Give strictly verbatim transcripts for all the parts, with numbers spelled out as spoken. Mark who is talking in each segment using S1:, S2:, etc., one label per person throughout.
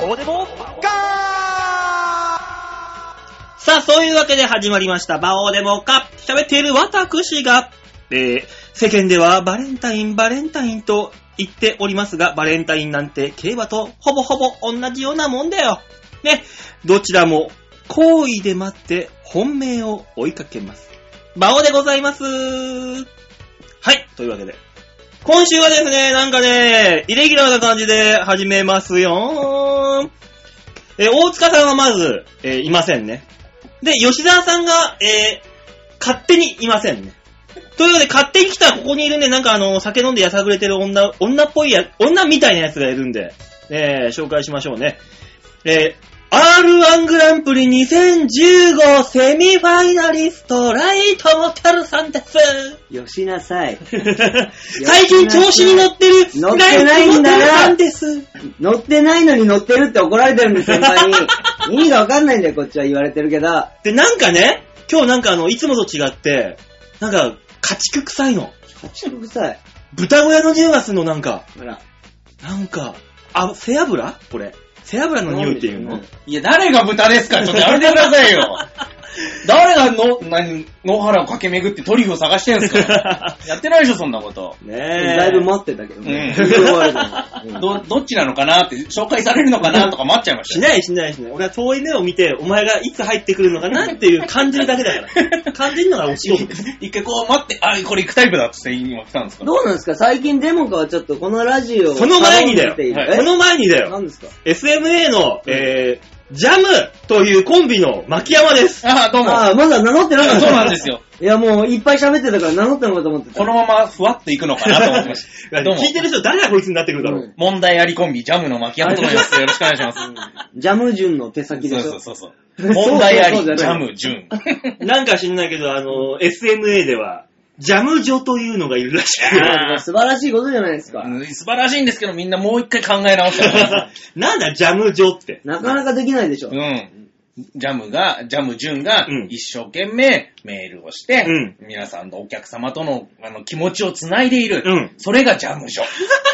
S1: オデモガー。
S2: さあ、そういうわけで始まりました。バオデモカ。喋っている私が、えー、世間ではバレンタイン、バレンタインと言っておりますが、バレンタインなんて競馬とほぼほぼ同じようなもんだよ。ね。どちらも好意で待って本命を追いかけます。バオでございます。はい。というわけで。今週はですね、なんかね、イレギュラーな感じで始めますよ。えー、大塚さんはまず、えー、いませんね。で、吉沢さんが、えー、勝手にいませんね。というわけで、勝手に来たらここにいるね、なんかあの、酒飲んでやさぐれてる女、女っぽいや、女みたいなやつがいるんで、えー、紹介しましょうね。えー、アールワン グランプリにせんじゅうごセミファイナリスト、ライトモテルさんです。
S3: よしなさい。
S2: 最近調子に乗ってる、
S3: 乗ってないんだな。
S2: ライトモテルさんです。
S3: 乗ってないのに乗ってるって怒られてるんですよ、先輩に。意味がわかんないんだよ、こっちは言われてるけど。
S2: で、なんかね、今日なんかあの、いつもと違って、なんか、家畜臭いの。
S3: 家畜臭い。
S2: 豚小屋の匂いがするの、なんか。
S3: ほら。
S2: なんか、あ、背脂これ。背脂の匂いっていうの？
S4: いや、誰が豚ですか？ちょっとやめてくださいよ。誰がの、何、野原を駆け巡ってトリュフを探してんすか？やってないでしょ、そんなこと。
S3: ねえ。だいぶ待ってたけどね。
S4: うん、ど、どっちなのかなって紹介されるのかなとか待っちゃいました。
S2: しないしないしない。俺は遠い目を見て、お前がいつ入ってくるのかなっていう感じるだけだから。感じるのがお仕事です。
S4: 一回こう待って、あ、これ行くタイプだって今来たんですか？
S3: どうなんですか？最近デモカはちょっとこのラジオを。
S2: その前にだよ。
S3: はい、
S2: その前にだよ。
S3: 何ですか？
S2: エスエムエー の、えー、ジャムというコンビの牧山です。
S4: ああ、どうも。
S3: ああ、まだ名乗ってなかった。
S4: そうなんですよ。
S3: いや、もういっぱい喋ってたから名乗ってのかと思ってた。
S4: このままふわっといくのかなと思ってました。
S2: どうも。聞いてる人誰がこいつになってくるだろう。うん、
S4: 問題ありコンビ、ジャムの牧山と思います。よろしくお願いします。うん、
S3: ジャム順の手先でしょ。
S4: そうそうそうそう。問題あり、ジャム順。
S2: なんか知んないけど、あの、エスエムエー では、ジャム女というのがいるらしい。
S3: 素晴らしいことじゃないですか。
S4: 素晴らしいんですけど、みんなもう一回考え直した。
S2: なんだ、ジャム女って。
S3: なかなかできないでしょ。
S4: うん。ジャムが、ジャム順が一生懸命メールをして、うん、皆さんのお客様との、あの気持ちをつないでいる。うん、それがジャム女。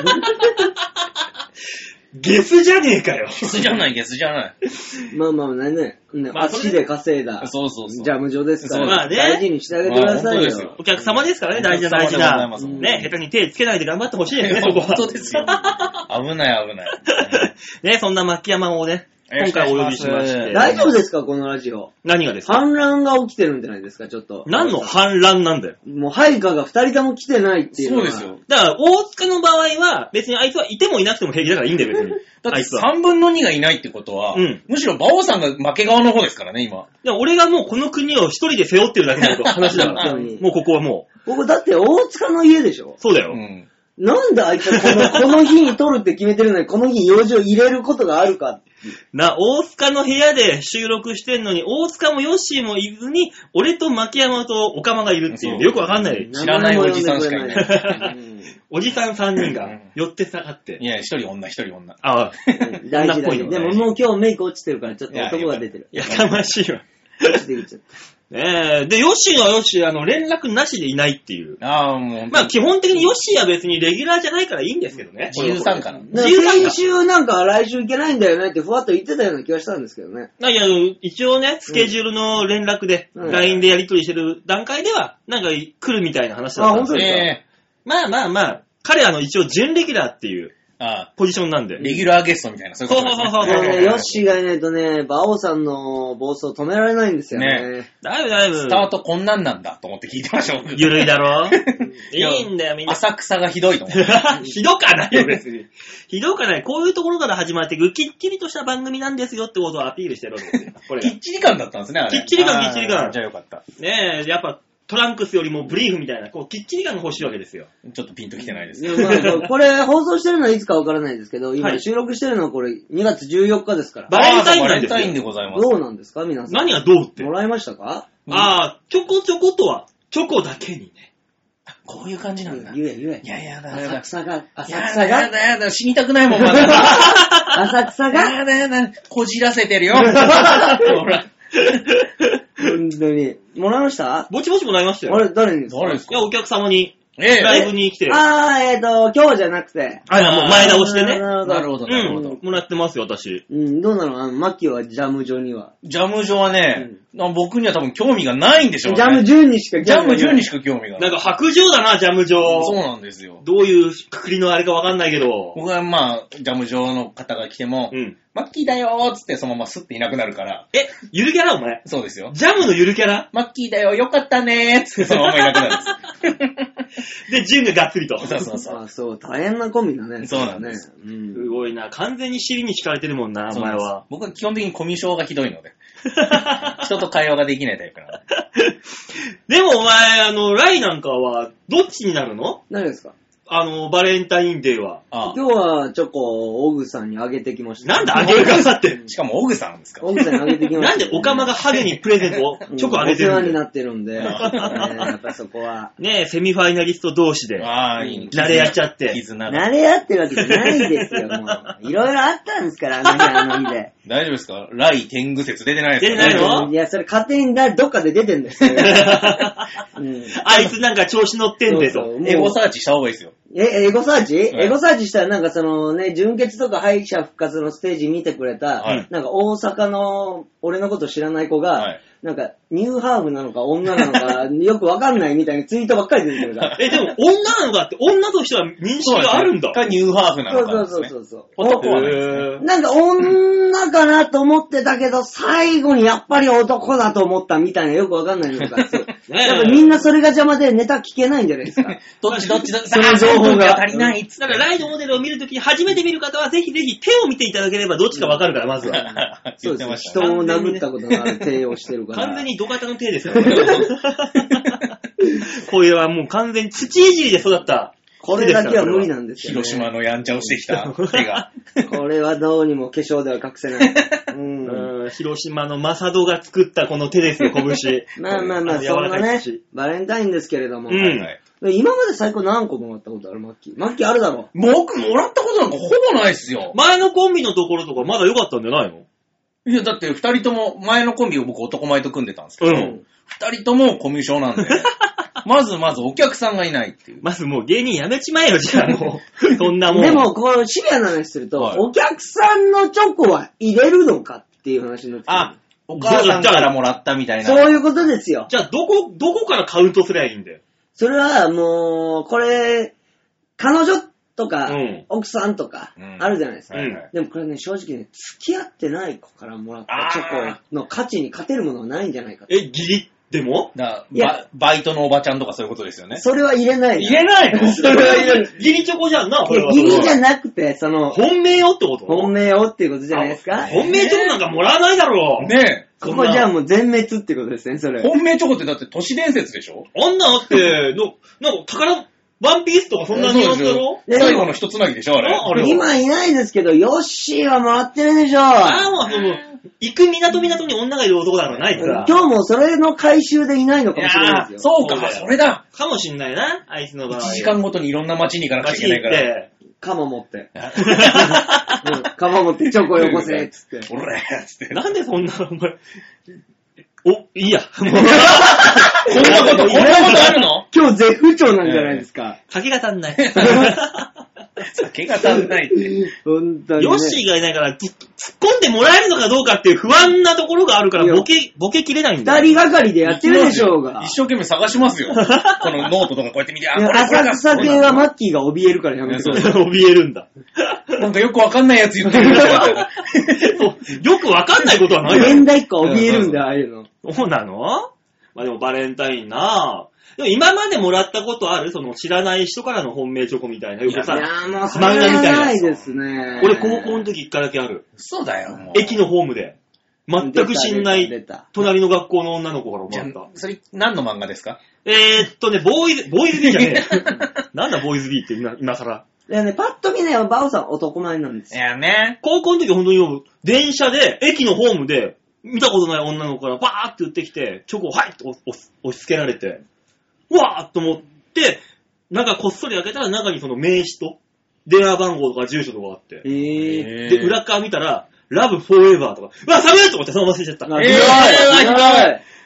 S2: ゲスじゃねえかよ。
S4: ゲスじゃない、ゲスじゃない。
S3: まあまあね、ね、まあ、足で稼いだ。
S4: そうそうそう。
S3: ジャム女ですから。
S2: まあね。
S3: 大事にしてあげてくださいよ。
S2: まあ、お客様ですからね、大事な大事な。ね、下手に手つけないで頑張ってほしいですね、そこは。
S4: 本当ですよ。危ない危ない。
S2: ね、そんな牧山をね、今回お呼びしまして。
S3: 大丈夫ですか、このラジオ。
S2: 何がですか？
S3: 反乱が起きてるんじゃないですか、ちょっと。
S2: 何の反乱なんだよ。
S3: もう、配下が二人とも来てないっていう。
S4: そうですよ。
S2: だから、大塚の場合は、別にあいつはいてもいなくても平気だからいいんだよ、別に。
S4: だって三分の二がいないってことは、うん、むしろ馬王さんが負け側の方ですからね、今。
S2: でも俺がもうこの国を一人で背負ってるだけの話だから。もうここはもう。
S3: ここだって大塚の家でしょ？
S2: そうだよ。
S3: うんなんであいつはこの、この日に撮るって決めてるのに、この日に用事を入れることがあるか。
S2: な、大塚の部屋で収録してんのに、大塚もヨッシーもいずに、俺と牧山とオカマがいるっていう、よくわかんない。
S4: 知らないおじさんしかいない。
S2: おじさんさんにんが寄って下がって。
S4: いや、一人女、一人女。
S2: ああ、
S3: 大事だね。でももう今日メイク落ちてるから、ちょっと男が出てる。
S2: やかましいわ。
S3: 落ちてきちゃった。
S2: ねえ。で、ヨッシーはヨッシー、あの、連絡なしでいないっていう。
S4: ああ、もう。
S2: まあ、基本的にヨッシーは別にレギュラーじゃないからいいんですけどね。
S4: 自由参加なの。
S3: 自由参加。先週なんか来週行けないんだよねってふわっと言ってたような気がしたんですけどね。
S2: いや、一応ね、スケジュールの連絡で、うん、ライン でやり取りしてる段階では、なんか来るみたいな話だったんですよ。
S3: あ、本当ですか？
S2: えー、まあまあまあ、彼はあの、一応準レギュラーっていう。ああポジションなんで。
S4: レギュラーゲストみたいな、そういうことですね。
S2: そうそうそうそう。
S3: ね、ヨッシーがいないとね、馬王さんの暴走止められないんですよね。ね
S2: だいぶだいぶ。
S4: スタートこんなんなんだと思って聞いてましょう。
S2: ゆるいだろいいんだよ、みんな。
S4: 浅草がひどいと思って。
S2: ひどかないよ、別に。ひどかない。こういうところから始まっていく、きっちりとした番組なんですよってことをアピールしてるわけですよ。
S4: これ。きっちり感だったんですね、あれ。
S2: きっちり感、きっちり感。
S4: じゃあよかった。
S2: ねえ、やっぱ、トランクスよりもブリーフみたいな、こう、きっちり感が欲しいわけですよ。
S4: ちょっとピンときてないです。
S3: まあ、これ、放送してるのはいつかわからないですけど、今収録してるのはこれ、にがつじゅうよっかですから。
S2: バレンタインなんですよ。
S4: バレンタインでございます。
S3: どうなんですか、皆さん。
S2: 何がどうって。
S3: もらいましたか？
S2: ああ、ちょこちょことは、チョコだけにね。
S4: こういう感じなんだ。
S3: 言え、言え。
S4: いやいやだ、
S3: 浅草が、
S4: 浅草が。やだやだ、死にたくないもん、まだ。
S3: 浅草が。
S4: やだやだ、こじらせてるよ。ほら。
S3: 本当に。もらいました？
S2: ぼちぼちもらいましたよ。
S3: あれ、誰にですか？
S4: 誰ですか？
S2: いや、お客様に。 えー、ライブに来て。
S3: あー、えっ、ー、と、今日じゃなくて。
S2: あ、もう前倒してね。
S4: なるほど、なるほど。
S2: もらってますよ、私。
S3: うん、どうなのあの、マッキーはジャムジョには。
S4: ジャムジョはね、うん、僕には多分興味がないんでしょうね。
S3: ジャムジョにしか
S4: 興味がない。ジャムジョにしか興味がない。
S2: なんか白状だな、ジャムジョ。
S4: そうなんですよ。
S2: どういうくくりのあれかわかんないけど。
S4: 僕はまあ、ジャムジョの方が来ても、うん、マッキーだよーっつってそのままスッていなくなるから。
S2: え、ゆるキャラお前。
S4: そうですよ。
S2: ジャムのゆるキャラ
S4: マッキーだよ、よかったねーっつってそのままいなくなるんです。
S2: で、ジュンががっつりと。
S4: そうそうそう。
S3: あ、そう、大変なコンビだね。
S4: そうなんです。
S3: うん、
S2: すごいな。完全に尻に敷かれてるもんな、お前は。
S4: 僕は基本的にコミュ障がひどいので。人と会話ができないタイプなので。
S2: でもお前、あの、ライなんかは、どっちになるの？
S3: 何ですか？
S2: あの、バレンタインデーは。
S3: ああ今日はチョコをオグさんにあげてきました。
S2: なんであげるかさって。
S4: しかもオグさんですか？
S3: オグさんにあげてきました。
S2: なんでオカマがハゲにプレゼントをチョコあげてるの？
S3: お世話になってるんで。ね、やっぱそこは。
S2: ねえ、セミファイナリスト同士で。
S4: ああ、いいね。
S2: 慣れ合っちゃって。
S3: 慣れ合ってるわけじゃないですよ、もう。いろいろあったんですから、あの日、あの日で。
S4: 大丈夫ですか？ライ天狗説出てないですか？
S2: 出てないの？
S3: いや、それ勝手にどっかで出てんですよ。うん、
S2: あいつなんか調子乗ってんでと。
S4: そうそうエゴサーチした方がいいですよ。
S3: え、エゴサーチ、はい、エゴサーチしたらなんかそのね、純潔とか敗者復活のステージ見てくれた、はい、なんか大阪の俺のこと知らない子が、はい、なんかニューハーフなのか女なのかよくわかんないみたいなツイートばっかり出てくるから。
S2: え、でも女なのかって女としては認識があるんだ。
S4: かニューハーフなのか、ね。
S3: そうそうそうそう。
S4: 男はね。
S3: なんか女かなと思ってたけど、最後にやっぱり男だと思ったみたいなよくわかんないのとか。やっぱみんなそれが邪魔でネタ聞けないんじゃないですか。
S4: どっちどっちだ
S3: その情報が
S4: 足りない。
S2: だからライドモデルを見るときに初めて見る方はぜひぜひ手を見ていただければどっちかわかるから、まずは。
S3: そうですね。人を殴ったことがある手をしてるから。
S2: 完全に土方の手ですからね。これはもう完全に土いじりで育った。
S3: これだけは無理なんですよ、ね。
S4: 広島のやんちゃをしてきた手が。
S3: これはどうにも化粧では隠せない。
S2: うん、うん広島のマサドが作ったこの手ですよ、拳。
S3: まあまあまあ、そんなね、バレンタインですけれども。
S2: うんはい
S3: 今まで最高何個もらったことあるマッキー。マッキーあるだろ。
S4: 僕もらったことなんかほぼないっすよ。
S2: 前のコンビのところとかまだ良かったんじゃないの？
S4: いや、だって二人とも、前のコンビを僕男前と組んでたんですけど、二、うん、人ともコミュ障なんで、まずまずお客さんがいないっていう。
S2: まずもう芸人やめちまえよ、じゃあもう。そんなもん。
S3: でも、こう、シビアな話すると、はい、お客さんのチョコは入れるのかっていう話になってくる。
S4: あ、お母さんからもらったみたいな。
S3: そういうことですよ。
S2: じゃあ、どこ、どこからカウントすればいいんだよ。
S3: それはもう、これ、彼女とか、うん、奥さんとか、あるじゃないですか、うん。でもこれね、正直ね、付き合ってない子からもらったチョコの価値に勝てるものはないんじゃないかと。
S2: え、ギリでも
S4: だババイトのおばちゃんとかそういうことですよね。
S3: それは入れない。
S4: 入れないの
S2: それは入れない。ギリチョコじゃんな、これは。
S3: ギリじゃなくて、その、
S2: 本命よってこと
S3: 本命よっていうことじゃないですか。
S2: 本命チョコなんかもらわないだろう。
S4: ねえ。
S3: ここじゃあもう全滅ってことですね、それ。
S4: 本命チョコってだって都市伝説でしょ？
S2: あんなのって、の、なんか宝、ワンピースとかそんなにあんだろ？
S4: 最後の一つなぎでしょ、あれ。あれ
S3: 今いないですけど、ヨッシーはもらってるでしょ。
S2: ああ、もう、もう、行く港港に女がいる男だからないから。
S3: 今日もそれの回収でいないのかもしれないです
S4: よ。そうか、それだ。
S2: かもしんないな、あいつの場合。
S4: いちじかんごとにいろんな街に行かなくちゃいけないから。
S3: 鎌持って。鎌持ってチョコよこせ、つって。
S4: おれつって。
S2: なんでそんな、お前、お、いいや。
S4: こんなこと、こんなことあるの？
S3: 今日絶不調なんじゃないですか。
S2: 酒が足んない。
S4: 酒が足んないって。
S3: 本当に、ね。
S2: ヨッシーがいないから、突っ込んでもらえるのかどうかっていう不安なところがあるから、ボケ、ボケきれないんだよ。
S3: 二人がかりでやってるでしょうが。
S4: 一生懸命探しますよ。このノートとかこうやって見て、あ、これ
S3: 浅草系はマッキーが怯えるからやめてください。
S2: 怯えるんだ。
S4: なんかよくわかんないやつ言ってるんだよ。
S2: よくわかんないことはないよ。
S3: 現代っ子は怯えるんだよ、ああいうの。
S2: そうなの？まあでもバレンタインなぁ。でも今までもらったことあるその知らない人からの本命チョコみたいな。よくさ、
S3: いやもうそれはないですね。
S2: 俺高校の時一回だけある。
S4: そうだよ、もう。
S2: 駅のホームで。全く知んない隣の学校の女の子からもらった。
S4: それ何の漫画ですか？
S2: えーっとね、ボーイズ、ボーイズビーじゃねえ。なんだボーイズビーって今、今更。
S3: いやね、パッと見ね、バオさん男前なんですよ。
S4: いやね。
S2: 高校の時本当に電車で、駅のホームで、見たことない女の子からバーって言ってきて、チョコをはいって押し付けられて、うわーっと思って、なんかこっそり開けたら中にその名刺と、電話番号とか住所とかがあって。
S3: えー、
S2: で、裏側見たら、ラブフォーエバーとか、うわ、寒いと思ってそのまま忘れちゃった。
S3: えー、ひどい、ひどい。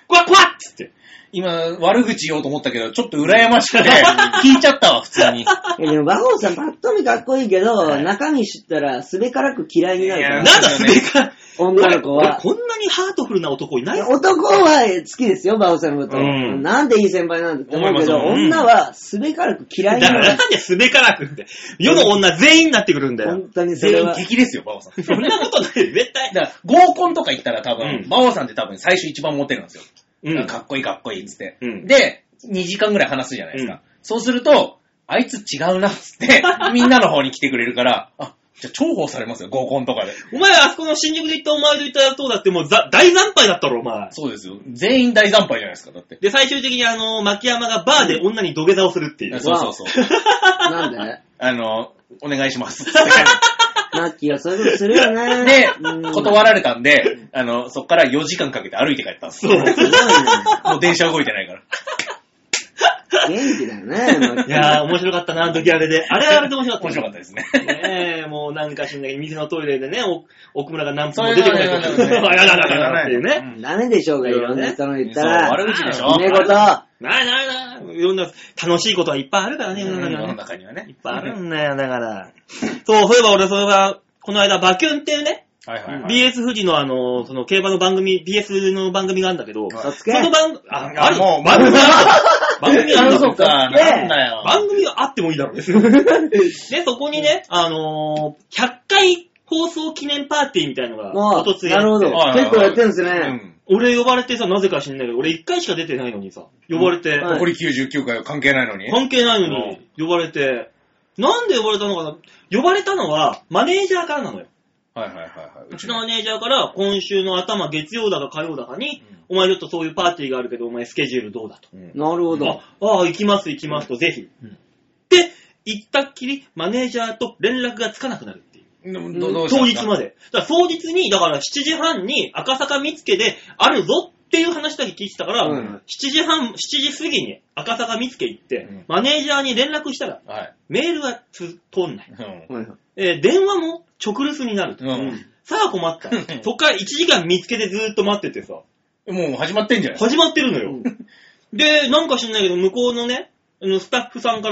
S2: 怖っ怖っつって。
S4: 今、悪口言おうと思ったけど、ちょっと羨ましくて、聞いちゃったわ、普通に。
S3: でも、馬王さん、パッと見かっこいいけど、はい、中身知ったら、すべからく嫌いになるから。
S2: なんだ、すべからく。
S3: 女の子は。
S2: こんなにハートフルな男いないです
S3: か？男は好きですよ、馬王さんのこと。うん、なんでいい先輩なんだって思うけど、うん、女はすべからく嫌いになる。
S2: だからなんですべからくって。世の女全員になってくるんだよ。
S3: 本当にそれは。
S4: 全員敵ですよ、馬王さん。
S2: そんなことない、絶対。
S4: だから合コンとか行ったら多分、馬、うん、王さんって多分最初一番モテるんですよ。うん、かっこいいかっこいいっつって、うん。で、にじかんぐらい話すじゃないですか。うん、そうすると、あいつ違うなっつって、みんなの方に来てくれるから、あ、じゃあ重宝されますよ、合コンとかで。
S2: お前あそこの新宿で行ったお前と行ったとだってもう大惨敗だったろ、お前。
S4: そうですよ。全員大惨敗じゃないですか、だって。
S2: で、最終的にあの、牧山がバーで女に土下座をするっていう。うん、
S4: そうそうそう。
S3: なんで
S4: あの、お願いします。
S3: マッキーはそういうことするよね。
S4: で、断られたんで、あの、そっからよじかんかけて歩いて帰ったんです。そう。もう電車動いてないから。
S3: 元気だよね。
S2: いやー、面白かったな、あの時あれで。あれはあれで面白かった。
S4: 面白かったですね。
S2: ねえ、もうなんか知んないけど、水のトイレでね、奥村が何分も出てこないと。やだやだやだっていうね。
S3: ダメでしょうが、いろんな人の言ったら。
S4: 悪口でしょ。
S3: ねこと。
S2: ないないない。いろんな楽しいことはいっぱいあるからね、世
S4: の中にはね。
S2: いっぱいあるんだよ、だから。そう、そういえば俺、それが、この間、バキュンっていうね、はいはいはい、ビーエス 富士のあの、その競馬の番組、ビーエス の番組があるんだけど、その番、あ、あるもう、番組がある番組がある
S4: そうか、なんだよ。
S2: 番組があってもいいだろうです。で、そこにね、あのー、ひゃっかい放送記念パーティーみたいなのが、おとついやって。
S3: なるほど。結構やってるんですね。うん
S2: 俺呼ばれてさ、なぜか知んないけど、俺いっかいしか出てないのにさ、呼ばれて。
S4: うんはい、残りきゅうじゅうきゅうかいは関係ないのに
S2: 関係ないのに、呼ばれて。なんで呼ばれたのかな呼ばれたのは、マネージャーからなのよ。
S4: はいはいはい、はい。
S2: うちのマネージャーから、今週の頭、月曜だか火曜だかに、うん、お前ちょっとそういうパーティーがあるけど、お前スケジュールどうだと。うん、
S3: なるほど。
S2: あ、ああ、行きます行きますと、ぜひ。うん、で、行ったっきり、マネージャーと連絡がつかなくなる。当日まで。だから当日に、だからしちじはんに赤坂見附であるぞっていう話だけ聞いてたから、うん、しちじはん、しちじ過ぎに赤坂見附行って、うん、マネージャーに連絡したら、はい、メールがつ通んない、うんえー。電話も直留守になると。うん、さあ困った。そっからいちじかん見つけてずーっと待っててさ。も
S4: う始まってんじゃない
S2: 始まってるのよ。うん、で、なんか知んないけど、向こうのね、スタッフさんから、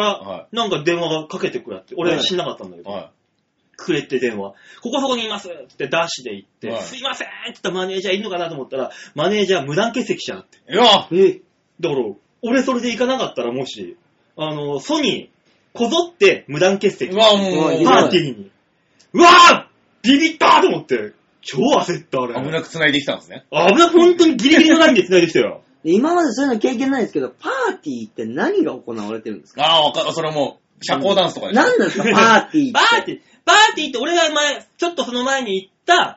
S2: なんか電話がかけてくれって、俺は知んなかったんだけど。はいはいくれって電話。ここそこにいますってダッシュで行って、はい、すいませんって言ったマネージャーいるのかなと思ったら、マネージャー無断欠席しちゃって。
S4: いや
S2: えだから、俺それで行かなかったらもし、あの、ソニー、こぞって無断欠席。
S4: うわ、もう、
S2: パーティーに。うわぁビビったと思って、超焦ったあれ。
S4: 危なく繋いできたんですね。
S2: 危なく本当にギリギリのラインで繋いできたよ。
S3: 今までそういうの経験ないですけど、パーティーって何が行われてるんですか？
S4: ああ、わかそれも、社交ダンスとかでしょ。
S3: 何なんですか、パーティーって。
S2: パーティーパーティーって俺が前、ちょっとその前に行った、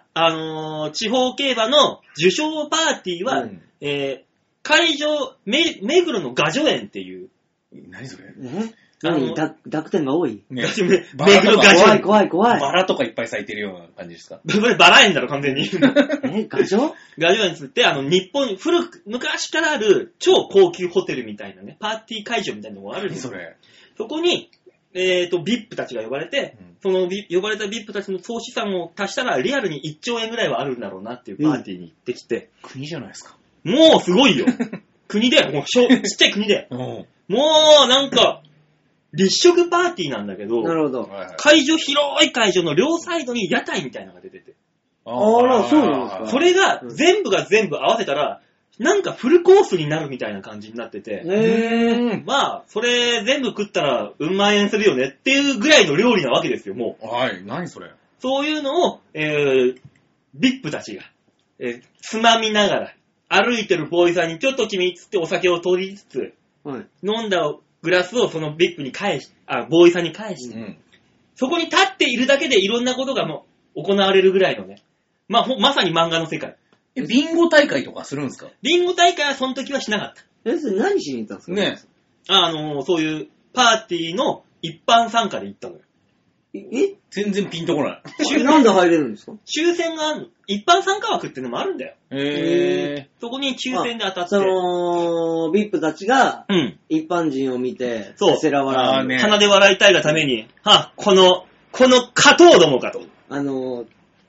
S2: あのー、地方競馬の受賞パーティーは、うん、えー、会場、め、目黒のガジョ園っていう。
S4: 何それ
S3: え何濁点が多い、
S2: ね、目黒ガジョ園。
S3: 怖い怖い怖い。
S4: バラとかいっぱい咲いてるような感じですか？
S2: これバラ園だろ、完全に。
S3: え、ガジョ
S2: ガジョ園つって、あの、日本、古く、昔からある超高級ホテルみたいなね、パーティー会場みたいなのがあるんですよ。
S4: それ。
S2: そこに、えっ、ー、と、ビップ たちが呼ばれて、うん、その呼ばれた ビップ たちの総資産を足したら、リアルにいっちょうえんぐらいはあるんだろうなっていうパーティーに行ってきて。
S4: うん、国じゃないですか。
S2: もうすごいよ。国で、もうちっちゃい国で。もうなんか、立食パーティーなんだけど、
S3: なるほど。
S2: 会場、広い会場の両サイドに屋台みたいなのが出てて。
S3: あら、そうなんですか。
S2: それが、全部が全部合わせたら、なんかフルコースになるみたいな感じになってて、
S3: へ
S2: まあ、それ全部食ったらうん万円するよねっていうぐらいの料理なわけですよ、も
S4: う。はい、何それ。
S2: そういうのを、えー、ビップ たちが、えー、つまみながら、歩いてるボーイさんにちょっと君つってお酒を取りつつ、はい、飲んだグラスをそのビップ に返し、あ、ボーイさんに返して、うん、そこに立っているだけでいろんなことがもう行われるぐらいのね、まあ、まさに漫画の世界。
S4: え、ビンゴ大会とかするんですか？
S2: ビンゴ大会はその時はしなかった。
S3: え、それ何しに行ったんですか？
S2: ねあの、そういうパーティーの一般参加で行ったのよ。
S3: え
S4: 全然ピンとこない。
S3: なんで入れるんですか？
S2: 抽選があるの。一般参加枠っていうのもあるんだよ。
S4: へ
S2: ー。そこに抽選で当たって。
S3: その、ビップ たちが、一般人を見て、
S2: そう。
S3: せら笑う。
S2: ね、鼻で笑いたいがために、は、この、この加藤どもかと。
S3: あの、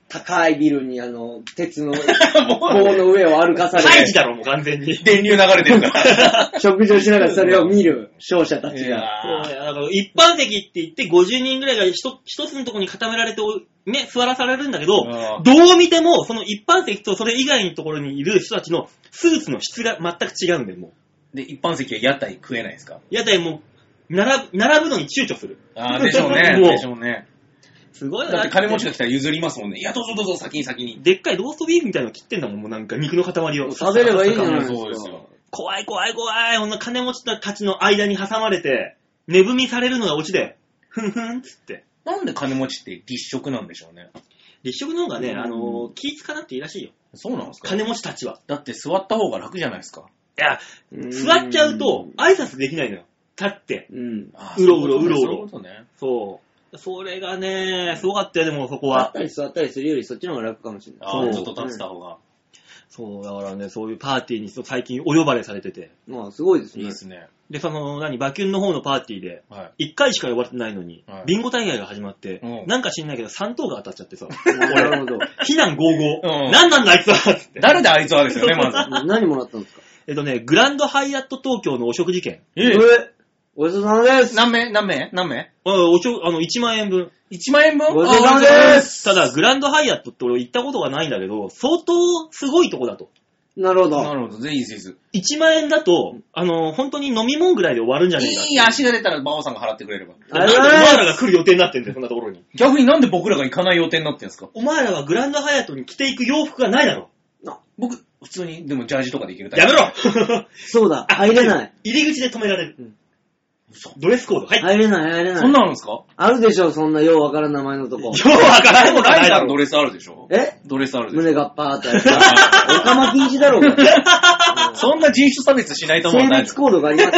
S3: 高いビルにあの、鉄の棒の上を歩かされて。
S2: 大事だろ、もう完全に。
S4: 電流流れてるから。
S3: 食事をしながらそれを見る勝者たちが。
S2: そうね、だから一般席って言ってごじゅうにんぐらいが一つのところに固められて、ね、座らされるんだけど、どう見ても、その一般席とそれ以外のところにいる人たちのスーツの質が全く違うんだよ、も
S4: う。で、一般席は屋台食えないですか？
S2: 屋台も、並ぶ、並ぶのに躊躇する。
S4: ああ、でしょうね。でしょうね。
S2: すごいな。
S4: だって金持ちが来たら譲りますもんね。いや、どうぞどうぞ、先に先に。
S2: でっかいローストビーフみたいなの切ってんだもん、もうなんか肉の塊を。
S3: 食べればいいじゃないですか。
S4: そうですよ。
S2: 怖い怖い怖い。こんな金持ちたちの間に挟まれて、値踏みされるのがオチで、ふんふんっつって。
S4: なんで金持ちって立食なんでしょうね。
S2: 立食の方がね、あの、気ぃつかなくていいらしいよ。
S4: そうなんですか？
S2: 金持ちたちは。
S4: だって座った方が楽じゃないですか。
S2: いや、座っちゃうと挨拶できないのよ。立って。
S3: うん。
S2: うろうろうろうろ。
S4: そういうことね。
S2: そう。それがね、すごかったよ、でもそこは。
S3: 立ったり座ったりするよりそっちの方が楽かもしれない。
S4: ああ、ずっと立ってた方が。
S2: そう、だからね、そういうパーティーに最近お呼ばれされてて。
S3: まあ、すごいですね。
S4: いいですね。
S2: で、その、何、バキュンの方のパーティーで、いっかいしか呼ばれてないのに、はい、ビンゴ大会が始まって、うん、なんか知んないけどさん等が当たっちゃってさ。
S3: なるほど。
S2: 非難合々。うん、なんなんだあいつはって。
S4: 誰だあいつはですよね、まず。
S3: 何もらったんですか？
S2: えっとね、グランドハイアット東京のお食事券。
S3: ええ。ごちそうさまです。
S4: 何名何名何名
S2: あ、おちょ、あの、いちまんえん分。
S4: いちまんえん分
S3: ごちそうさまです。
S2: ただ、グランドハイアットって俺行ったことがないんだけど、相当すごいとこだと。
S3: なるほど。
S4: なるほど。ぜひぜひ。
S2: いちまんえんだと、あの、本当に飲み物ぐらいで終わるんじゃねえか。
S4: いい足が出たら、馬王さんが払ってくれれば。
S2: なんでお前らが来る予定になってんだよ、そんなところに。
S4: 逆になんで僕らが行かない予定になってんですか？
S2: お前らはグランドハイアットに着ていく洋服がないだろ。
S4: 僕、普通に、でもジャージとかで行けるタイ
S2: プ。やめ
S3: ろそうだ、入れない。
S2: 入り口で止められる。うん、ドレスコード。はい。
S3: 入れない、入れない。
S4: そんなのあるんですか？
S3: あるでしょ、そんなようわからん名前のとこ。よ
S2: うわからんも
S4: ないだろ、ドレスあるでしょ。
S3: え
S4: ドレスあるでしょ。
S3: 胸がパーってやったら。おかま禁止だろうが。
S4: そんな人種差別しないと思うんだ。
S3: 性別コードがあります。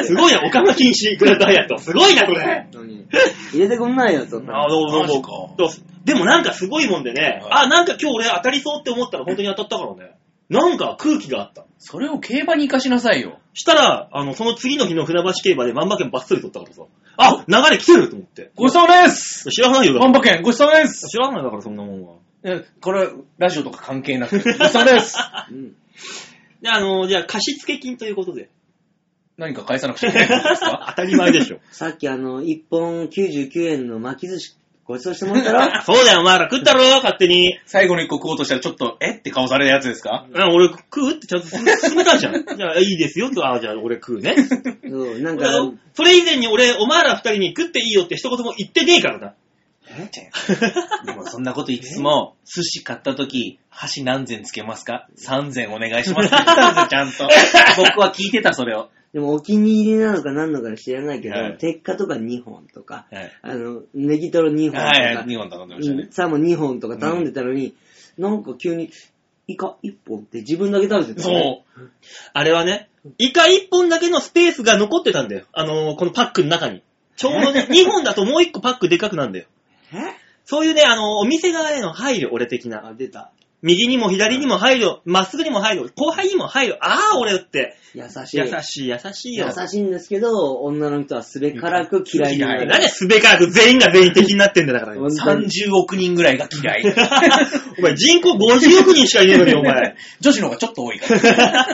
S2: すごいな、おかま禁止、グランドハイアット。すごいな、これ。
S3: 入れてくんないよ、そんな。
S2: あ、どうぞどうぞ。でもなんかすごいもんでね、あ、なんか今日俺当たりそうって思ったら本当に当たったからね。なんか空気があった。
S4: それを競馬に活かしなさいよ。
S2: したら、あの、その次の日の船橋競馬で万馬券バッツリ取ったからさ。あ、流れ来てると思って。
S4: ごちそうです。
S2: 知らないよ。
S4: 万馬券ごちそうです。
S2: 知らないだからそんなもんは。
S4: え、これ、ラジオとか関係なくて。ごちそうです。
S2: うん。で、あの、じゃあ貸付金ということで。
S4: 何か返さなくちゃいけないんですか？
S2: 当たり前でしょ。
S3: さっきあの、いっぽんきゅうじゅうきゅうえんの巻き寿司ごちそうしてもらったろ。
S2: そうだよ、お前ら食ったろ、勝手に。
S4: 最後の一個食おうとしたらちょっと、えって顔されるやつですか？
S2: うん、俺食うってちゃんと進めたじゃん。じゃあいいですよと、あ、じゃあ俺食うね。
S3: そう、なんか、
S2: それ以前に俺、お前ら二人に食っていいよって一言も言ってねえからな。
S4: えでもそんなこと言いつつも、寿司買った時、箸何膳つけますか？さんぜんお願いしますって言ったんですよ、ちゃんと。僕は聞いてた、それを。
S3: でもお気に入りなのか何のか知らないけど、はい、鉄火とかにほんとか、はい、あの、ネギトロにほんとか、はいはい、
S4: にほん頼んでましたね。
S3: サーモンにほんとか頼んでたのに、うん、なんか急に、イカいっぽんって自分だけ食べてた、
S2: ね。そう。あれはね、イカいっぽんだけのスペースが残ってたんだよ。あのー、このパックの中に。ちょうどね、にほんだともういっこパックでかくなんだよ。えそういうね、あのー、お店側への配慮、俺的な。
S3: あ、出た。
S2: 右にも左にも配慮、まっすぐにも配慮、後輩にも配慮。ああ、俺って。
S3: 優しい。
S2: 優しい、優しいよ。
S3: 優しいんですけど、女の人はすべからく嫌いになる。
S2: なんですべからく全員が全員敵になってんだから。
S4: さんじゅうおくにんぐらいが嫌い。
S2: お前人口ごじゅうおくにんしかいねえのに、お前。
S4: 女子の方がちょっと多いから。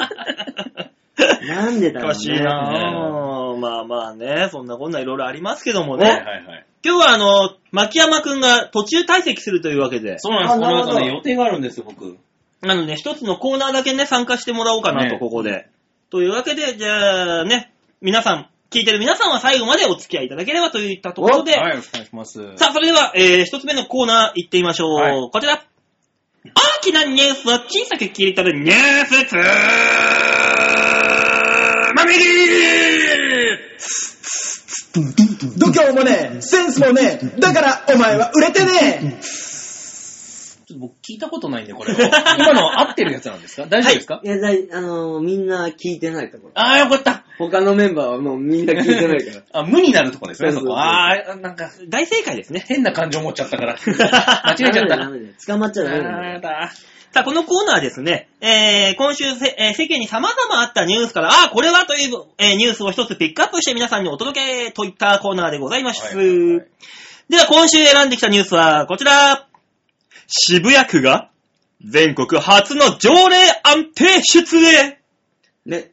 S3: なんでだろうね。
S2: おかしいなぁ。まあまあね、そんなこんないろいろありますけどもね。
S4: はいはいはい。
S2: 今日はあの、牧山くんが途中退席するというわけで。
S4: そうなんです。この後ね、予定があるんですよ、僕。
S2: なので、一つのコーナーだけね、参加してもらおうかなと、ね、ここで。というわけで、じゃあね、皆さん、聞いてる皆さんは最後までお付き合いいただければといったところで。
S4: はい、お願いします。
S2: さあ、それでは、えー、一つ目のコーナー行ってみましょう。はい、こちら。大きなニュースを小さく切り取るニュースつーまみ
S1: ー度胸もねえ、センスもねえ、だからお前は売れてねえ。
S4: ちょっと僕聞いたことないんで、これは。今の合ってるやつなんですか？大丈夫ですか？
S3: はい、いや、だい、あのー、みんな聞いてないところ。
S4: あー、よかった。
S3: 他のメンバーはもうみんな聞いてないから。
S4: あ、無になるとこですね、そこ。あー、なんか、
S2: 大正解ですね。
S4: 変な感情持っちゃったから。間違えちゃった。
S3: ダメだよ。捕まっちゃダメだよ。
S2: だ。さあ、このコーナーですね、えー、今週せ、えー、世間に様々あったニュースから、あー、これはという、えー、ニュースを一つピックアップして皆さんにお届けといったコーナーでございます。はいはいはい、では、今週選んできたニュースはこちら。 渋谷区が全国初の条例案提出へ。
S3: ね。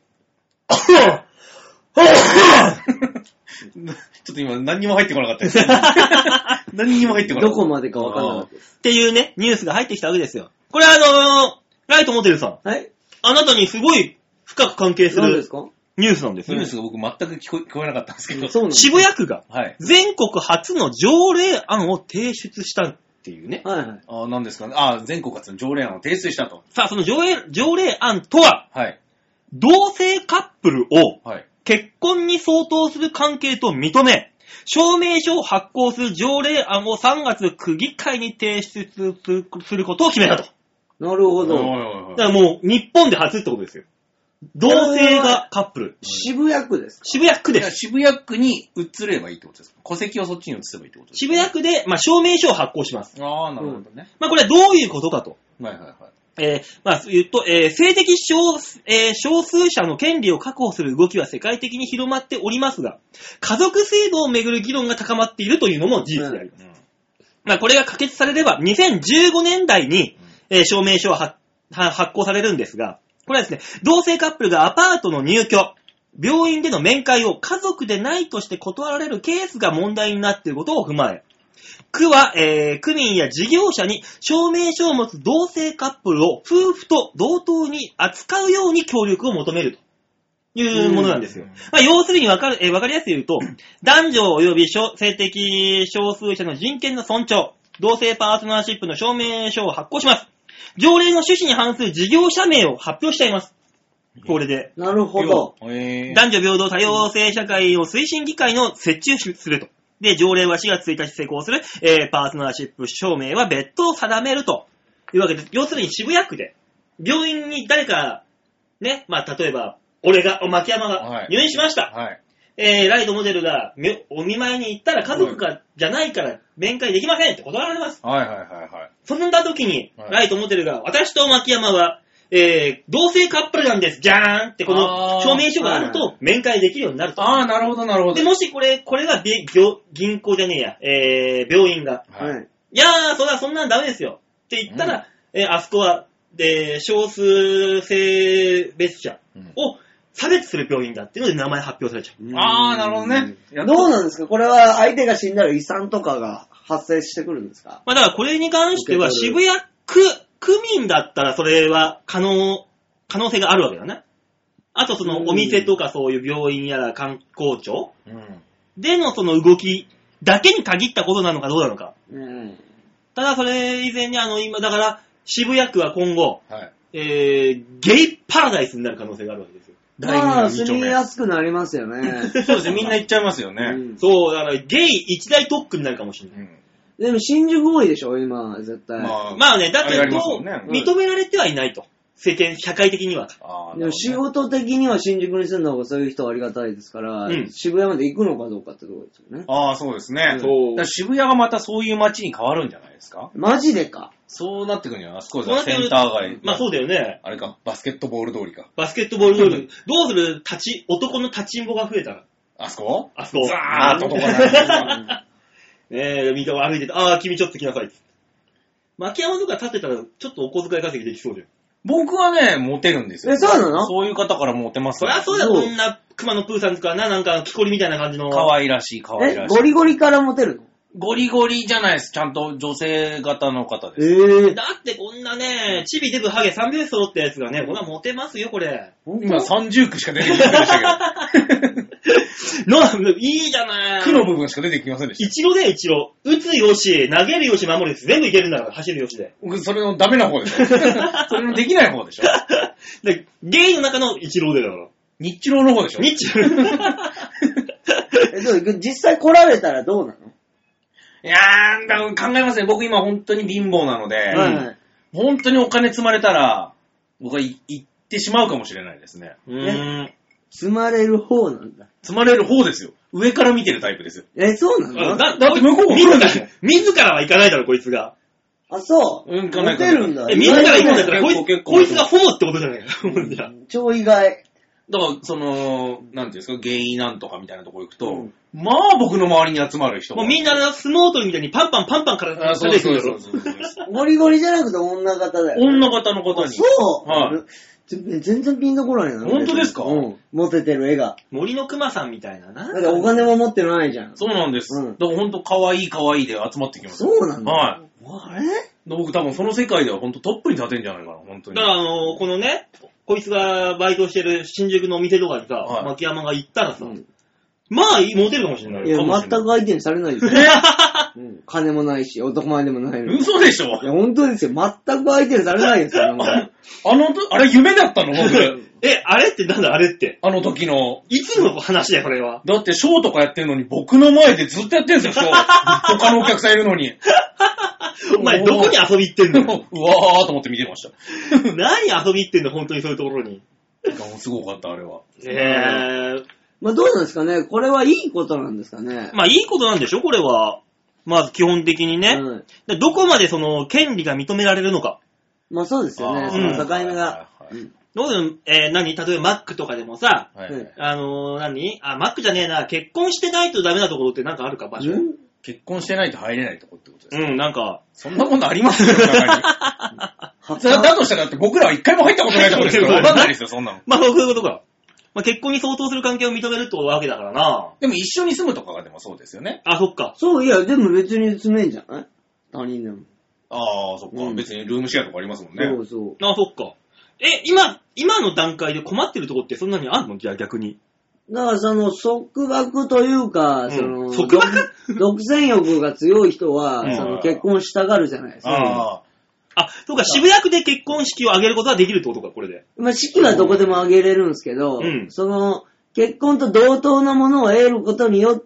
S4: ちょっと今何にも入ってこなかったです。何にも入ってこなかった。
S3: どこまでかわかんなかったです。
S2: っていうね、ニュースが入ってきたわけですよ。これあのー、ライトモデルさん。
S3: はい。
S2: あなたにすごい深く関係する
S3: 何ですか
S2: ニュースなんですよ。
S4: ニュースが僕全く聞こえ、聞こえなかったんですけど。
S3: そうなんです。
S2: 渋谷区が
S4: はい。
S2: 全国初の条例案を提出したっていうね。
S3: はいはい。
S4: ああ、何ですかね。ああ、全国初の条例案を提出したと。
S2: さあ、その条例、条例案とは、
S4: はい。
S2: 同性カップルを
S4: はい。
S2: 結婚に相当する関係と認め、証明書を発行する条例案をさんがつ区議会に提出することを決めたと。
S3: なるほど。
S4: おいおいおい
S2: だからもう日本で初ってことですよ。同性がカップル。
S3: 渋谷区ですか？
S2: 渋谷区です。
S4: 渋谷区に移ればいいってことですか？戸籍をそっちに移せばいいってことですか？
S2: 渋谷区で、まあ、証明書を発行します。
S4: ああ、なるほどね。
S2: まあ、これはどういうことかと。
S4: はいはいはい。
S2: えー、まあ、言うと、えー、性的少、えー、少数者の権利を確保する動きは世界的に広まっておりますが、家族制度をめぐる議論が高まっているというのも事実であります。うん、まあ、これが可決されれば、にせんじゅうごねんだいに、えー、証明書は発発行されるんですが、これはですね、同性カップルがアパートの入居、病院での面会を家族でないとして断られるケースが問題になっていることを踏まえ、区は、えー、区民や事業者に証明書を持つ同性カップルを夫婦と同等に扱うように協力を求めるというものなんですよ。まあ、要するにわかる、えー、わかりやすく言うと、男女及び性的少数者の人権の尊重、同性パートナーシップの証明書を発行します。条例の趣旨に反する事業者名を発表しちゃいます。これで。
S3: なるほど。
S2: 男女平等多様性社会を推進議会の設置をすると。で、条例はしがつついたち施行する、えー、パートナーシップ証明は別途定めるというわけです。要するに渋谷区で、病院に誰か、ね、まあ、例えば、俺が、牧山が入院しました。はい。えー、ライトモデルがお見舞いに行ったら家族が、じゃないから面会できませんって断られます。
S4: はいはいはいはい。
S2: そんな時に、ライトモデルが、私と牧山は、えー、同性カップルなんです。じゃーんってこの証明書があると面会できるようになると。
S4: ああ、なるほどなるほど。
S2: で、もしこれ、これが銀行じゃねえや、えー、病院が。はい。いやー、それはそんなんダメですよ。って言ったら、うん、えー、あそこは、で、少数性別者を差別する病院だっていうので名前発表されちゃう。
S4: うん、ああ、なるほどね。
S3: どうなんですか？これは相手が死んだら遺産とかが発生してくるんですか？
S2: まあだからこれに関しては渋谷区、区民だったらそれは可能、可能性があるわけだね。あとそのお店とかそういう病院やら観光庁、うん、でのその動きだけに限ったことなのかどうなのか。うん、ただそれ以前にあの今だから渋谷区は今後、はい、えー、ゲイパラダイスになる可能性があるわけですよ。
S3: まあ、住みやすくなりますよね。
S4: そうですね、みんな行っちゃいますよね。
S2: うん、そう、だからゲイ一大特区になるかもしれない。うん
S3: でも新宿多いでしょ今、絶対。
S2: まあ、まあね、だってもう、ね、認められてはいないと。世間、社会的には。
S3: あでも仕事的には新宿に住んだ方がそういう人はありがたいですから、うん、渋谷まで行くのかどうかってところですよね。
S4: ああ、そうですね。うん、そうだ渋谷がまたそういう街に変わるんじゃないですか？
S3: マジでか。
S4: そうなってくるには、あそこでセンター街。
S2: まあそうだよね。
S4: あれか、バスケットボール通りか。
S2: バスケットボール通り。どうする立ち、男の立ちんぼが増えたら。
S4: あそこ
S2: あそこ。
S4: ザーッと男が。
S2: ねえ、右側歩いてて、ああ、君ちょっと来なさいって。牧山とか立ってたら、ちょっとお小遣い稼ぎできそうじゃん。
S4: 僕はね、モテるんですよ。
S3: え、そうなの？
S4: そういう方からモテます
S2: そりゃそうだよ、こんな熊野プーさんとかな、なんか木こりみたいな感じの。
S4: 可愛らしい、可愛らしい。
S3: え、ゴリゴリからモテるの？
S4: ゴリゴリじゃないです。ちゃんと女性型の方です。
S3: えー、
S2: だってこんなね、チビデブハゲ三拍子揃ったやつがね、こんなモテますよ、これ。
S4: 今さんじゅう区しか出てきませんでしたけど。
S2: の、いいじゃない。
S4: 区の部分しか出てきませんでした。
S2: 一郎で一郎。打つよし、投げるよし、守るよし、全部いけるんだから、走るよしで。
S4: 僕、それのダメな方でしょ。それのできない方でしょ。
S2: で、ゲイの中の一郎でだから。
S4: 日郎の方でしょ。
S2: 日郎。
S3: え、どう実際来られたらどうなの？
S4: いやー、考えますね。僕今本当に貧乏なので、
S3: はいはい、
S4: 本当にお金積まれたら、僕は行ってしまうかもしれないですね。
S2: うーん。
S3: 積まれる方なんだ。
S4: 積まれる方ですよ。上から見てるタイプですよ。
S3: え、そうなの？
S2: だ, だって向こう自ら、自らは行かないだろ、こいつが。
S3: あ、そう。
S4: うん、
S3: モテるんだ。
S2: え、自ら行くんだったら、こいつ、こいつがホモってことじゃないか。
S3: 超意外。
S4: だから、その、なんていうんですか、ゲイなんとかみたいなとこ行くと、うん、まあ僕の周りに集まる人
S2: もうみんな相撲取りみたいにパンパンパンパンから
S4: 出てくるだろ。
S3: ゴリゴリじゃなくて女型だよ、
S4: ね。女型の方に。
S3: そう、はい、全然ピンとこないな。
S4: 本当ですか？
S3: うん。モテてる絵が。
S2: 森の熊さんみたいなな。
S3: だってお金も持ってないじゃん。
S4: そうなんです。うん、だからほんと可愛い可愛いで集まってきます。
S3: そうなんだ。
S4: はい。
S3: あれ？
S4: 僕多分その世界ではほんとトップに立てんじゃないかな、本当に。
S2: だからあのー、このね、こいつがバイトしてる新宿のお店とかにさ、はい、牧山が行ったらさ、うん、まあ、モテるかもしれない。
S3: いや、全く相手にされないですよ。うん、金もないし、男前でもないのに。
S4: 嘘でしょ？
S3: いや、本当ですよ。全く相手にされないですよ。あの、
S4: あれ夢だったの僕。
S2: え、あれってなんだあれって。
S4: あの時の。
S2: いつの話だよ、これは。
S4: だってショーとかやってるのに僕の前でずっとやってるんですよ、ショー。他のお客さんいるのに。
S2: お前、どこに遊び行ってんの？
S4: うわーと思って見てました。
S2: 何遊び行ってんの、本当にそういうところに。
S4: すごかった、あれは。
S2: へー。
S3: まあどうなんですかね。これはいいことなんですかね。
S2: まあいいことなんでしょ、これは。まず基本的にね。うん、でどこまでその権利が認められるのか。
S3: まあそうですよね。その境目が。
S2: どういう、えー、何例えばマックとかでもさ、はい、あのー、何あ、マックじゃねえな、結婚してないとダメなところってなんかあるか、場所。
S4: 結婚してないと入れないところってことですか？
S2: うん、なんか。
S4: そんなものありますよ、中に。だ, だとしたらだって僕らは一回も入ったことないところですからわかんないですよ、そんなの。
S2: まあそういうことか。まあ、結婚に相当する関係を認めるってわけだからな。
S4: でも一緒に住むとかがでもそうですよね。
S2: あ、そっか。
S3: そう、いや、でも別に住めんじゃない？他人でも。
S4: ああ、そっか、うん。別にルームシェアとかありますもんね。
S3: そうそう。
S2: あ、そっか。え、今、今の段階で困ってるとこってそんなにあるの？じゃあ逆に。
S3: だからその束縛というか、うん、その、
S2: 束縛
S3: 独占欲が強い人は、うん、その結婚したがるじゃないですか。
S2: ああ、そうか、渋谷区で結婚式を挙げることはできるってことか、これで。
S3: まあ、式はどこでも挙げれるんですけど、うん、その、結婚と同等のものを得ることによって、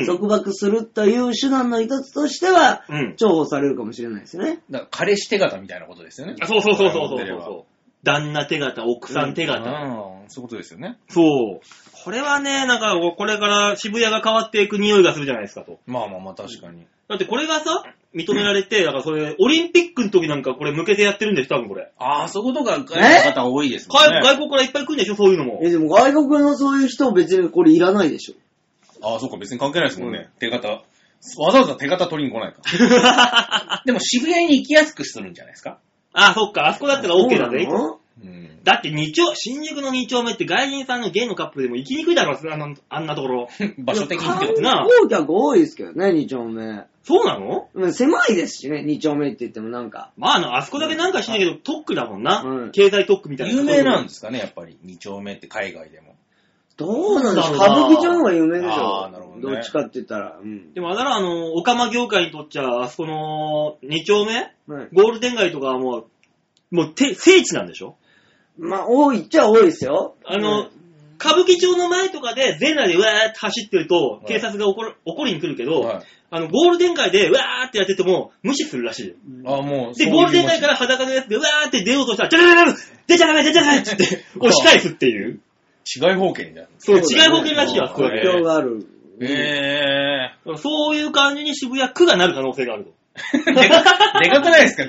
S3: 束縛するという手段の一つとしては、うん、重宝されるかもしれないですね。
S4: だから彼氏手形みたいなことですよね。
S2: あ、そうそうそうそうそうそう。旦那手形、奥さん手形。
S4: うん、そういうことですよね。
S2: そう。これはね、なんか、これから渋谷が変わっていく匂いがするじゃないですかと。
S4: まあまあまあ、確かに。
S2: だってこれがさ、認められて、だからそれ、オリンピックの時なんかこれ向けてやってるんです、多分これ。
S4: ああ、そういうことが書いた方多いですもんね。
S2: 外国からいっぱい来るんでしょ、そういうのも。
S3: え、でも外国のそういう人別にこれいらないでしょ。
S4: ああ、そうか、別に関係ないですもんね。うん、手形。わざわざ手形取りに来ないか。でも渋谷に行きやすくするんじゃないですか。
S2: ああ、そっか、あそこだったら OK だね。
S4: うん、
S2: だって二丁、新宿の二丁目って外人さんのゲイのカップルでも行きにくいだろ、あの、あんなところ。
S4: 場所的にってこと
S3: な。観光客多いですけどね、二丁目。
S2: そうなの？
S3: 狭いですしね、二丁目って言ってもなんか。
S2: まあ、あの、あそこだけなんかしないけど、特区だもんな。うん、経済特区みたいな。
S4: 有名なんですかね、やっぱり。二丁目って海外でも。
S3: どうなんでしょう。歌舞伎町の方が有名でしょ。ああ、なるほど、ね。どっちかって言ったら。うん、
S2: でも、あだら、あの、オカマ業界にとっちゃ、あそこの、二丁目、はい、ゴールデン街とかはもう、もう、て、聖地なんでしょ？
S3: まあ、多いっちゃ多いですよ。
S2: あの、うん、歌舞伎町の前とかで、全裸でうわーって走ってると、警察が怒る、怒りに来るけど、はい、あの、ゴールデン街でうわーってやってても、無視するらしいよ。
S4: あ、もう。
S2: で、ゴールデン街から裸のやつでうわーって出ようとしたら、ちゃちゃちゃちゃ出ちゃダメ出ちゃダメって言って、押し返すっていう。
S4: 違い保険じゃん。
S2: そう、違い保険らしいよ、あそこだけ。
S3: 影響がある。
S4: へ
S2: ー。そういう感じに渋谷区がなる可能性があると。
S4: でか、でかくないですか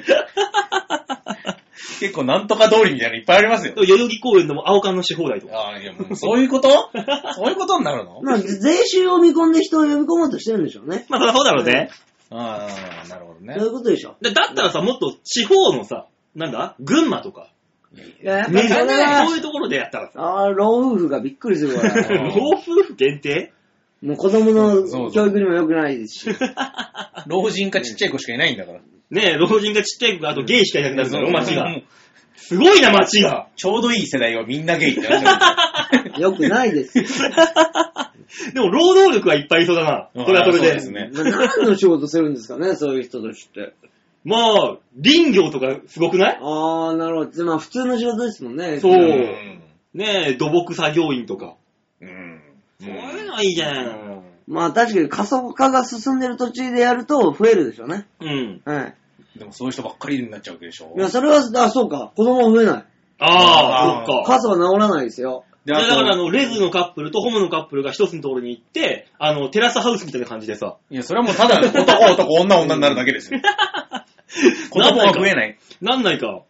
S4: 結構なんとか通りみたいなのいっぱいありますよ。
S2: 代々木公園でも青缶のし放題とか。
S4: ああ、いやもうそういうことそういうことになるの？
S3: まあ、税収を見込んで人を呼び込もうとしてるんでしょうね。
S2: まあ、そりゃそうだろうね。
S4: ああ、なるほどね。
S3: そういうことでしょ。
S2: だったらさ、もっと地方のさ、なんだ群馬とか。
S3: いや、やっぱりそれ
S2: はそういうところでやったらさ。
S3: ああ、老夫婦がびっくりするから。
S2: 老夫婦限定？
S3: もう子供の教育にも良くないですし。
S4: 老人かちっちゃい子しかいないんだから。
S2: ねえ、老人がちっちゃい子があとゲイしかいなくなるから、街が。すごいな、街が。
S4: ちょうどいい世代はみんなゲイってな
S3: っちゃう。よくないです。
S2: でも、労働力はいっぱいいそうだな。それはそれで。
S4: そうですね。
S3: 何の仕事するんですかね、そういう人として。
S2: まあ、林業とかすごくない？
S3: ああ、なるほど。まあ、普通の仕事ですもんね。
S2: そう。ねえ、土木作業員とか。
S4: うん。
S2: そういうのはいいじゃないの。
S3: まあ、確かに過疎化が進んでる途中でやると増えるでしょうね。
S2: うん。
S3: はい。
S4: でもそういう人ばっかりになっちゃうわけでしょ。
S3: いや、それは、あ、そうか。子供増えない。
S2: ああ、そっか。
S3: 過疎は治らないですよ。
S2: で、だからあの、レズのカップルとホモのカップルが一つのところに行って、あの、テラスハウスみたいな感じでさ。
S4: いや、それはもうただ男男、女女になるだけですよ。子供は増えない。
S2: なんないか。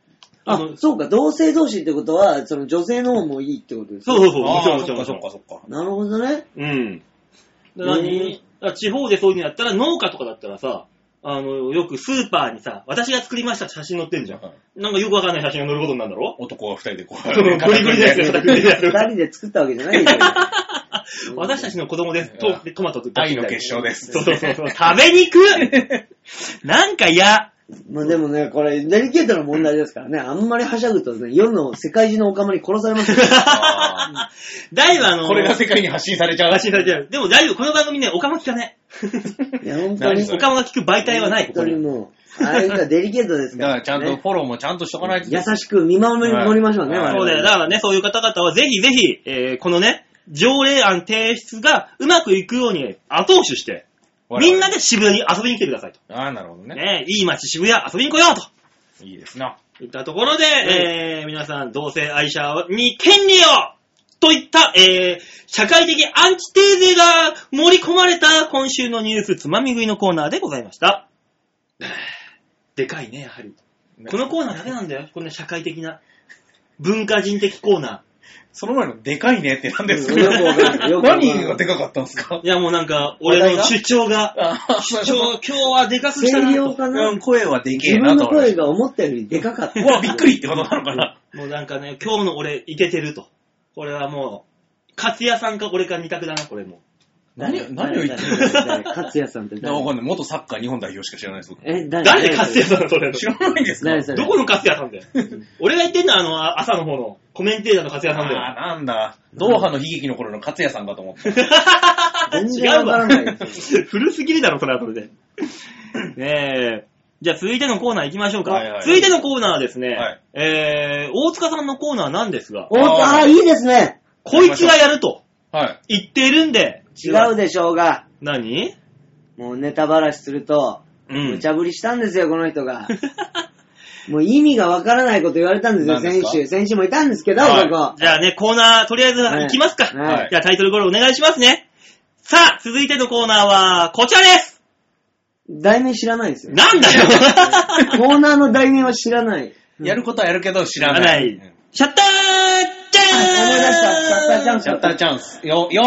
S3: あ、そうか、同性同士ってことは、その女性の方もいいってことですね。
S2: そうそうそう、もちろん
S4: あー
S2: もちろん。
S4: そっかそっかそっか。
S3: なるほどね。
S2: うん。だから何、だから地方でそういうのやったら、農家とかだったらさ、あの、よくスーパーにさ、私が作りましたって写真載ってんじゃん。なんかよくわかんない写真が載ることになるんだろ。
S4: 男が二人でこう。
S2: そのグリグリですよ、グリグリでやる。
S3: 二人で作ったわけじゃないよ。
S2: 私たちの子供です。トトマトと
S4: 愛の結晶です。
S2: そうそうそうそう。食べにくなんか嫌。
S3: まあでもね、これ、デリケートな問題ですからね。あんまりはしゃぐとね、世の世界中のオカマに殺されますよ。
S2: 大はあの、
S4: これが世界に発信されちゃう。
S2: 発信されちゃう。でも大丈夫、この番組ね、オカマ聞かね。
S3: いや、本当に。
S2: オカマが聞く媒体はない、ここに。
S3: 本当にもう、ああいう人はデリケートですから。
S4: だからちゃんとフォローもちゃんとしとかないと。
S3: 優しく見守りましょうね、
S4: はい
S2: そうだよ。だからね、そういう方々はぜひぜひ、えー、このね、条例案提出がうまくいくように後押しして、みんなで渋谷に遊びに来てくださいと。
S4: ああ、なるほどね。
S2: ね、いい街渋谷遊びに来ようと。
S4: いいですな。
S2: いったところで、えー、皆さん、同性愛者に権利をといった、えー、社会的アンチテーゼが盛り込まれた今週のニュースつまみ食いのコーナーでございました。でかいね、やはり。このコーナーだけなんだよ。この社会的な、文化人的コーナー。
S4: その前のでかいねって何ですか？
S3: よくわかんないよくわかんない
S4: 何がでかかったんですか？
S2: いやもうなんか、俺の主張が、主張、今日はでかくしたな
S3: 声
S2: と。
S3: 量かな、
S4: うん、声はでけえ
S3: 自分の
S4: なと思いまし
S3: 声が思ったよりでかかった。
S4: た。うわ、びっくりってことなのかな？
S2: もうなんかね、今日の俺、いけてると。これはもう、勝也さんか俺か二択だな、これも。
S4: 何を、何を言ってるん
S3: 誰
S4: ですか？
S3: 誰勝也さんって誰？
S4: わかんない。元サッカー日本代表しか知らないです。僕
S3: え、誰
S2: 誰で勝也さんそれ。
S4: 知らないんですか？
S3: 誰それ
S2: どこの勝也さんだよ。俺が言ってんのはあの、朝の方のコメンテーターの勝也さんだ
S4: ああ、
S2: よ。
S4: なんだ。ドーハの悲劇の頃の勝也さんかと思った。
S3: 全然わからないですよ。
S2: 古すぎるだろ、それはそれで。ねえ。じゃあ続いてのコーナー行きましょうか。
S4: はいはい
S2: 続いてのコーナーはですね、
S4: はい
S2: えー、大塚さんのコーナーなんですが、
S3: おっと、あー、いいですね。
S2: こいつがやると
S4: はい。
S2: 言っているんで、
S3: 違うでしょうが、
S2: 何
S3: もうネタばらしすると、
S2: うん
S3: 無茶ぶりしたんですよ、この人が。もう意味がわからないこと言われたんですよ、
S4: 何ですか
S3: 先週。先週もいたんですけど、
S4: はい
S3: ここ。
S2: じゃあね、コーナー、とりあえず行きますか。
S3: はい
S2: じゃあタイトルコールお願いしますね。さあ、続いてのコーナーは、こちらです
S3: 題名知らないですよ。
S2: なんだよ
S3: コーナーの題名は知らない。
S4: やることはやるけど知ら
S2: 知ら
S4: な。
S2: ないいシャッターチャーン
S3: 思い出した、シャッターチャンス。
S4: シャッターチャンス。よ、よ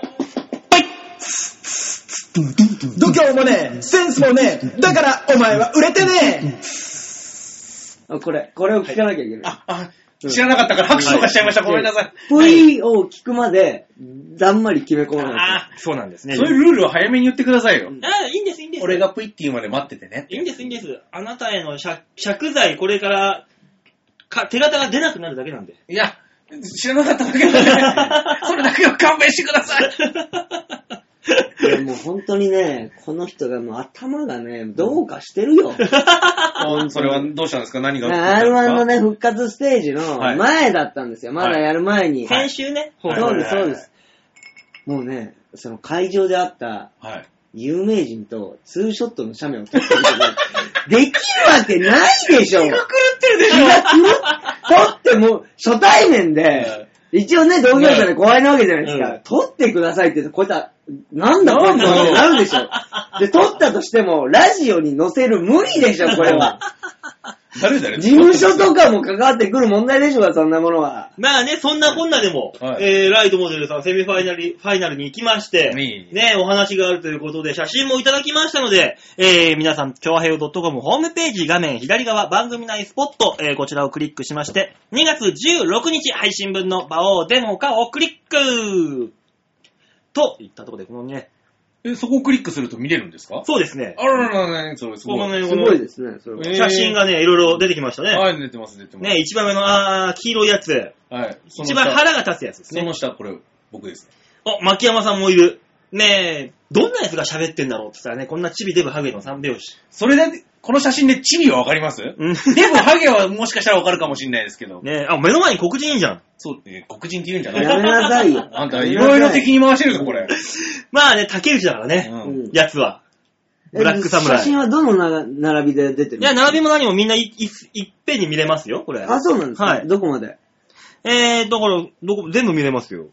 S1: 度胸もねえ、センスもねえ、だからお前は売れてね
S3: あこれ、これを聞かなきゃいけない。
S4: あ、あ、知らなかったから拍手とかしちゃいました。ごめんなさい。
S3: ぷいを聞くまで、だんまり決め込まない
S4: あ
S2: そうなんですね。
S4: そういうルールを早めに言ってくださいよ。
S2: ああ、いいんです、いいんです。
S4: 俺がプイって言うまで待っててね。
S2: いいんです、いいんです。あなたへの借借財、これからか、手形が出なくなるだけなんで。
S4: いや、知らなかっただけだね。それだけは勘弁してください。
S3: いやもう本当にね、この人がもう頭がね、どうかしてるよ。
S4: それはどうしたんですか？何が
S3: アールワン のね、復活ステージの
S4: はい
S3: 前だったんですよ。まだやる前に。
S2: 先週ね、
S4: はい
S3: そうです、
S4: はい
S3: そうです。もうね、その会場であった
S4: はい。
S3: 有名人とツーショットの写メを撮ってるけど、できるわけないでしょ。気が狂ってるでしょ。気が狂っ、撮ってもう初対面で、一応ね、同業者で後輩なわけじゃないですか。
S2: うん
S3: 撮ってくださいって言うと、こういったなんだこいつってなるでしょ。で、撮ったとしても、ラジオに載せる無理でしょ、これは。
S4: 誰誰
S3: 事務所とかも関わってくる問題でしょうが、そんなものは。
S2: まあね、そんなこんなでも、
S4: はい
S2: えー、ライトモデルさんセミファイナル、ファイナルに行きまして、
S4: いい
S2: ね、お話があるということで、写真もいただきましたので、えー、皆さん、ちょわへよ .com ホームページ画面左側番組内スポット、えー、こちらをクリックしまして、にがつじゅうろくにち配信分の場をデモ化をクリックといったところで、このね、
S4: え、そこをクリックすると見れるんですか？
S2: そうですね。
S4: あらららら、それすごい。
S2: このね、
S3: すごいですね、それは。
S4: えー
S2: 写真がね、いろいろ出てきましたね。
S4: はい、出てます、出てます。
S2: ね、一番上の、あー、黄色いやつ。
S4: はい。その
S2: 一
S4: 下
S2: 番腹が立つやつですね。
S4: その下、これ、僕です。
S2: お、牧山さんもいる。ねえ、どんなやつが喋ってんだろうって言ったらね、こんなチビデブハゲの三拍子。
S4: それで、この写真でチビはわかります
S2: うん。
S4: デブ、ハゲはもしかしたらわかるかもしれないですけど。
S2: ねえ、あ、目の前に黒人いんじゃん。
S4: そう、えー黒人って言うんじゃない
S3: やめなさいよ。
S4: あんた、いろいろ敵に回してるぞ、これ。
S2: まあね、竹内だからね、
S4: う
S3: うんん
S2: やつは。ブラックサムライ。
S3: 写真はどのな並びで出てる
S2: いや、並びも何もみんないいいっぺんに見れますよ、これ。
S3: あ、そうなんですか、
S2: はい
S3: どこまで
S2: えー、だから、どこ、全部見れますよ。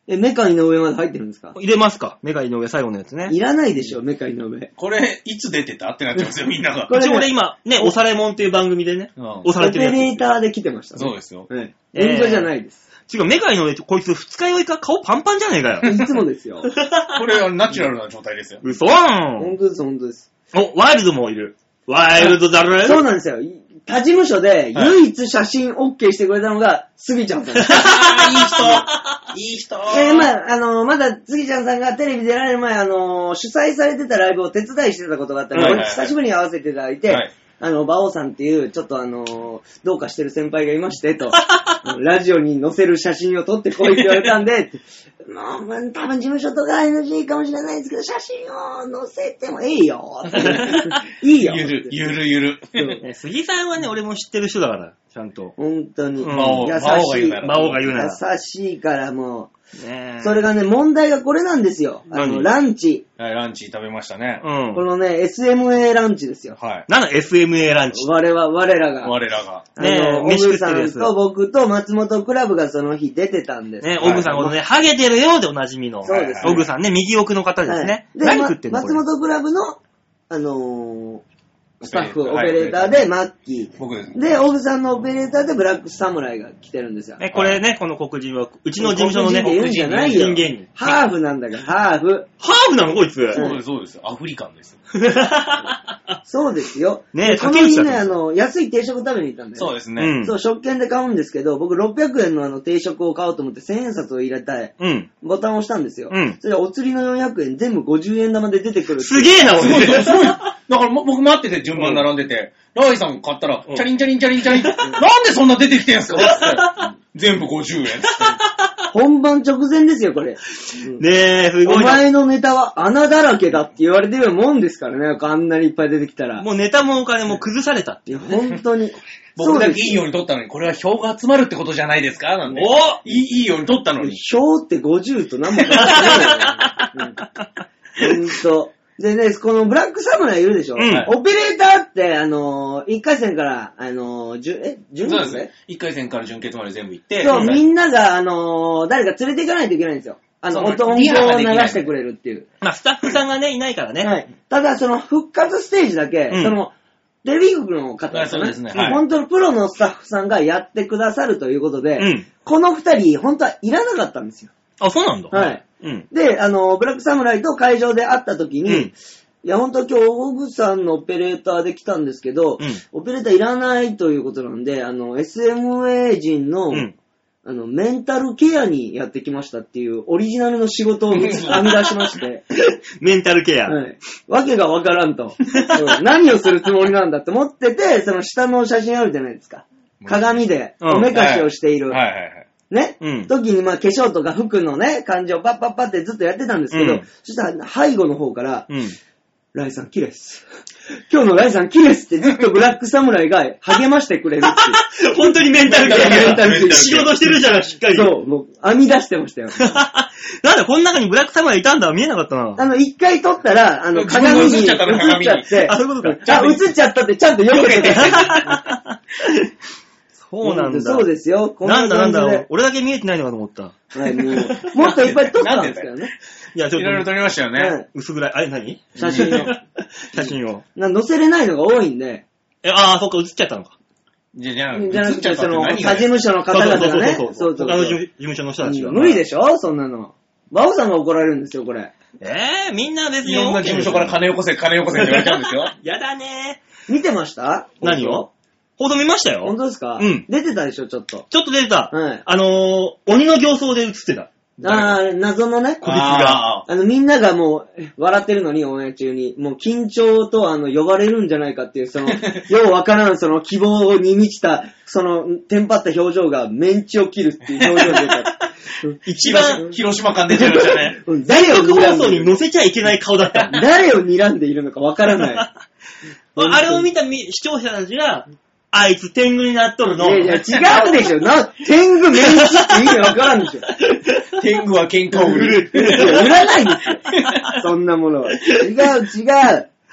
S3: え、メカイの上まで入ってるんですか？
S2: 入れますか？メカイの上最後のやつね。
S3: いらないでしょ、メカイの上。
S4: これ、いつ出てたってなっちゃうんですよ、みんなが。
S2: これ、ね、俺今、ね、おされもんっていう番組でね、
S4: うん、
S2: 押されてるやつ。
S3: オペレーターで来てました、ね。
S4: そうですよ。
S3: ええ。演者じゃないです。
S2: 違う、メカイの上、こいつ二日酔いか顔パンパンじゃねえかよ。
S3: いつもですよ。
S4: これはナチュラルな状態ですよ。
S2: 嘘ーん。
S3: 本当です、本当です。
S2: お、ワイルドもいる。ワイルドだろ？
S3: そうなんですよ。他事務所で唯一写真 OK してくれたのが、スギちゃんさんです。
S4: いい人いい人
S3: えー、まあ、あのー、まだスギちゃんさんがテレビ出られる前、あのー、主催されてたライブを手伝いしてたことがあったので、はいはいはい、久しぶりに会わせていただいて、はい、あの、馬王さんっていう、ちょっとあのー、どうかしてる先輩がいまして、と、ラジオに載せる写真を撮ってこいって言われたんで、もう、多分事務所とか エヌジー かもしれないですけど、写真を載せてもいいよ。いいよ。
S4: ゆる、ゆるゆる。
S2: 杉さんはね、俺も知ってる人だから、ちゃんと。
S3: 本当に。
S2: うん、
S3: 優しい。
S2: 魔王が言うなら。
S3: 優しいからもう。
S2: ね、
S3: それがね、問題がこれなんですよ。あの、ランチ。
S4: はい、ランチ食べましたね。
S2: うん。
S3: このね、エスエムエー ランチですよ。
S4: はい。
S2: なんだ エスエムエー ランチ。
S3: 我々、我らが。
S4: 我らが。
S3: ねえ、オグさんと僕と松本クラブがその日出てたんです。
S2: ね、オグさんこのね、ハゲてるよでおなじみの。
S3: そうです。
S2: オグさんね、右奥の方ですね。
S3: で、
S2: 何食ってんの？
S3: 松本クラブの、あのー、スタッフ、オペレーターでマッキー。
S4: 僕です。
S3: で、オグさんのオペレーターでブラックサムライが来てるんですよ。
S2: え、これね、この黒人は、うちの事務所のね、
S3: 黒人じゃないよ。
S2: 人芸人。
S3: ハーフなんだから、ハーフ。
S2: ハーフなのこいつ。
S4: そうです、そうです。アフリカンです。
S3: そうですよ。
S2: ねえ、
S3: この日ね、あの、安い定食食べに行ったんだよ。
S4: そうですね。
S2: うん、
S3: そう、食券で買うんですけど、僕ろっぴゃくえんのあの定食を買おうと思ってせんえん札を入れたい。
S2: うん。
S3: ボタンを押したんですよ。
S2: うん。
S3: それでお釣りのよんひゃくえん全部ごじゅうえん玉で出てくる。
S2: すげえな、
S4: 俺。すごい、すごい。だから僕待ってて順番並んでて、うん、ライさん買ったら、チャリンチャリンチャリンチャリン。なんでそんな出てきてんすかって全部ごじゅうえん。
S3: 本番直前ですよ、これ。
S2: うん、ねえ、すごい。
S3: お前のネタは穴だらけだって言われてるもんですからね、あんなにいっぱい出てきたら。
S2: もうネタもお金も崩されたっていう、
S3: ね。本当に。
S4: 僕だけいいように撮ったのに、これは票が集まるってことじゃないですかなんで。おいい、いいように撮ったのに。
S3: 票ってごじゅうと何も変わってないよ、ね。ほんと。でね、このブラックサムライいるでしょ、うん、オペレーターって、あのー、いっかい戦から、あのー、じゅえ、準決
S4: そうですね。いっかい戦から準決まで全部行って。
S3: そう、みんなが、あのー、誰か連れて行かないといけないんですよ。あの、音音響を流してくれるっていう。
S2: まあ、スタッフさんがね、いないからね。
S3: はい。ただ、その、復活ステージだけ、うん、その、テレビ局の方ですね。
S4: そうですね。はい、
S3: 本当のプロのスタッフさんがやってくださるということで、うん、この二人、本当はいらなかったんですよ。
S2: あ、そうなんだ。
S3: はい。うん、で、あの、ブラックサムライと会場で会った時に、うんいや、ほんと今日、オグさんのオペレーターで来たんですけど、うん、オペレーターいらないということなんで、あの、エスエムエー 人の、うん、あの、メンタルケアにやってきましたっていうオリジナルの仕事を編み出しまして。
S2: メンタルケア。
S3: はい。わけがわからんと。何をするつもりなんだって思ってて、その下の写真あるじゃないですか。鏡でおめかしをしている。
S4: はいはいはい。
S3: ね、うん、時にまあ化粧とか服のね、感じをパッパッパってずっとやってたんですけど、うん、そしたら背後の方から、うんライさん、キレっす。今日のライさん、キレっすってずっとブラックサムライが励ましてくれるっていう。
S2: 本当にメンタルケア。メンタルケア。仕事してるじゃん、しっかり。
S3: そう、もう編み出してましたよ。
S2: なんだ、この中にブラックサムライいたんだ見えなかったな。
S3: あの、一回撮ったら、あの、鏡に映っちゃって、
S2: あ、そういうことか。
S3: あ、映っちゃったってちゃんと避けてた。
S2: そうなんだ。
S3: そうですよ。
S2: こんななんだなんだ、俺だけ見えてないのかと思った。
S3: はい、もう、もっといっぱい撮ったんですけどね。
S4: いや、ちょっと。いろいろ撮りましたよね。はい、
S2: 薄暗い。あれ何
S3: 写真を。
S2: 写真を。
S3: な、載せれないのが多いんで。
S2: え、ああ、そっか、映っちゃったのか。
S4: じゃ、じゃあ、
S3: じゃなくて、その、他事務所の方々がね。
S2: そうそうそう。他の事務所の人たちが。
S3: 無理でしょそんなの。バオさんが怒られるんですよ、これ。
S2: ええー、みんな別に。
S4: いろんな事務所から金よこせ、金よこせって言われちゃうんですよ。
S2: やだね
S3: ー。見てました
S2: 何を報道見ましたよ。
S3: 本当ですか
S2: うん。
S3: 出てたでしょ、ちょっと。
S2: ちょっと出てた。
S3: はい。
S2: あのー、鬼の形相で映ってた。
S3: ああ、謎のね。
S2: こいつが。
S3: あの、みんながもう、笑ってるのに、オンエア中に。もう、緊張と、あの、呼ばれるんじゃないかっていう、その、ようわからん、その、希望に満ちた、その、テンパった表情が、メンチを切るっていう表情でた。
S2: 一番、
S4: 広島感出てましたね。
S3: 誰を睨んで
S2: 放送に載せちゃいけない顔だった。
S3: 誰を睨んでいるのかわからない。
S2: あれを見た視聴者たちが、あいつ天狗になっとるの。
S3: いやいや、違うでしょ。な、天狗メンチって意味わからんでしょ。
S4: 天狗は喧嘩を売る。
S3: 売らないですよ。そんなものは。違う違う。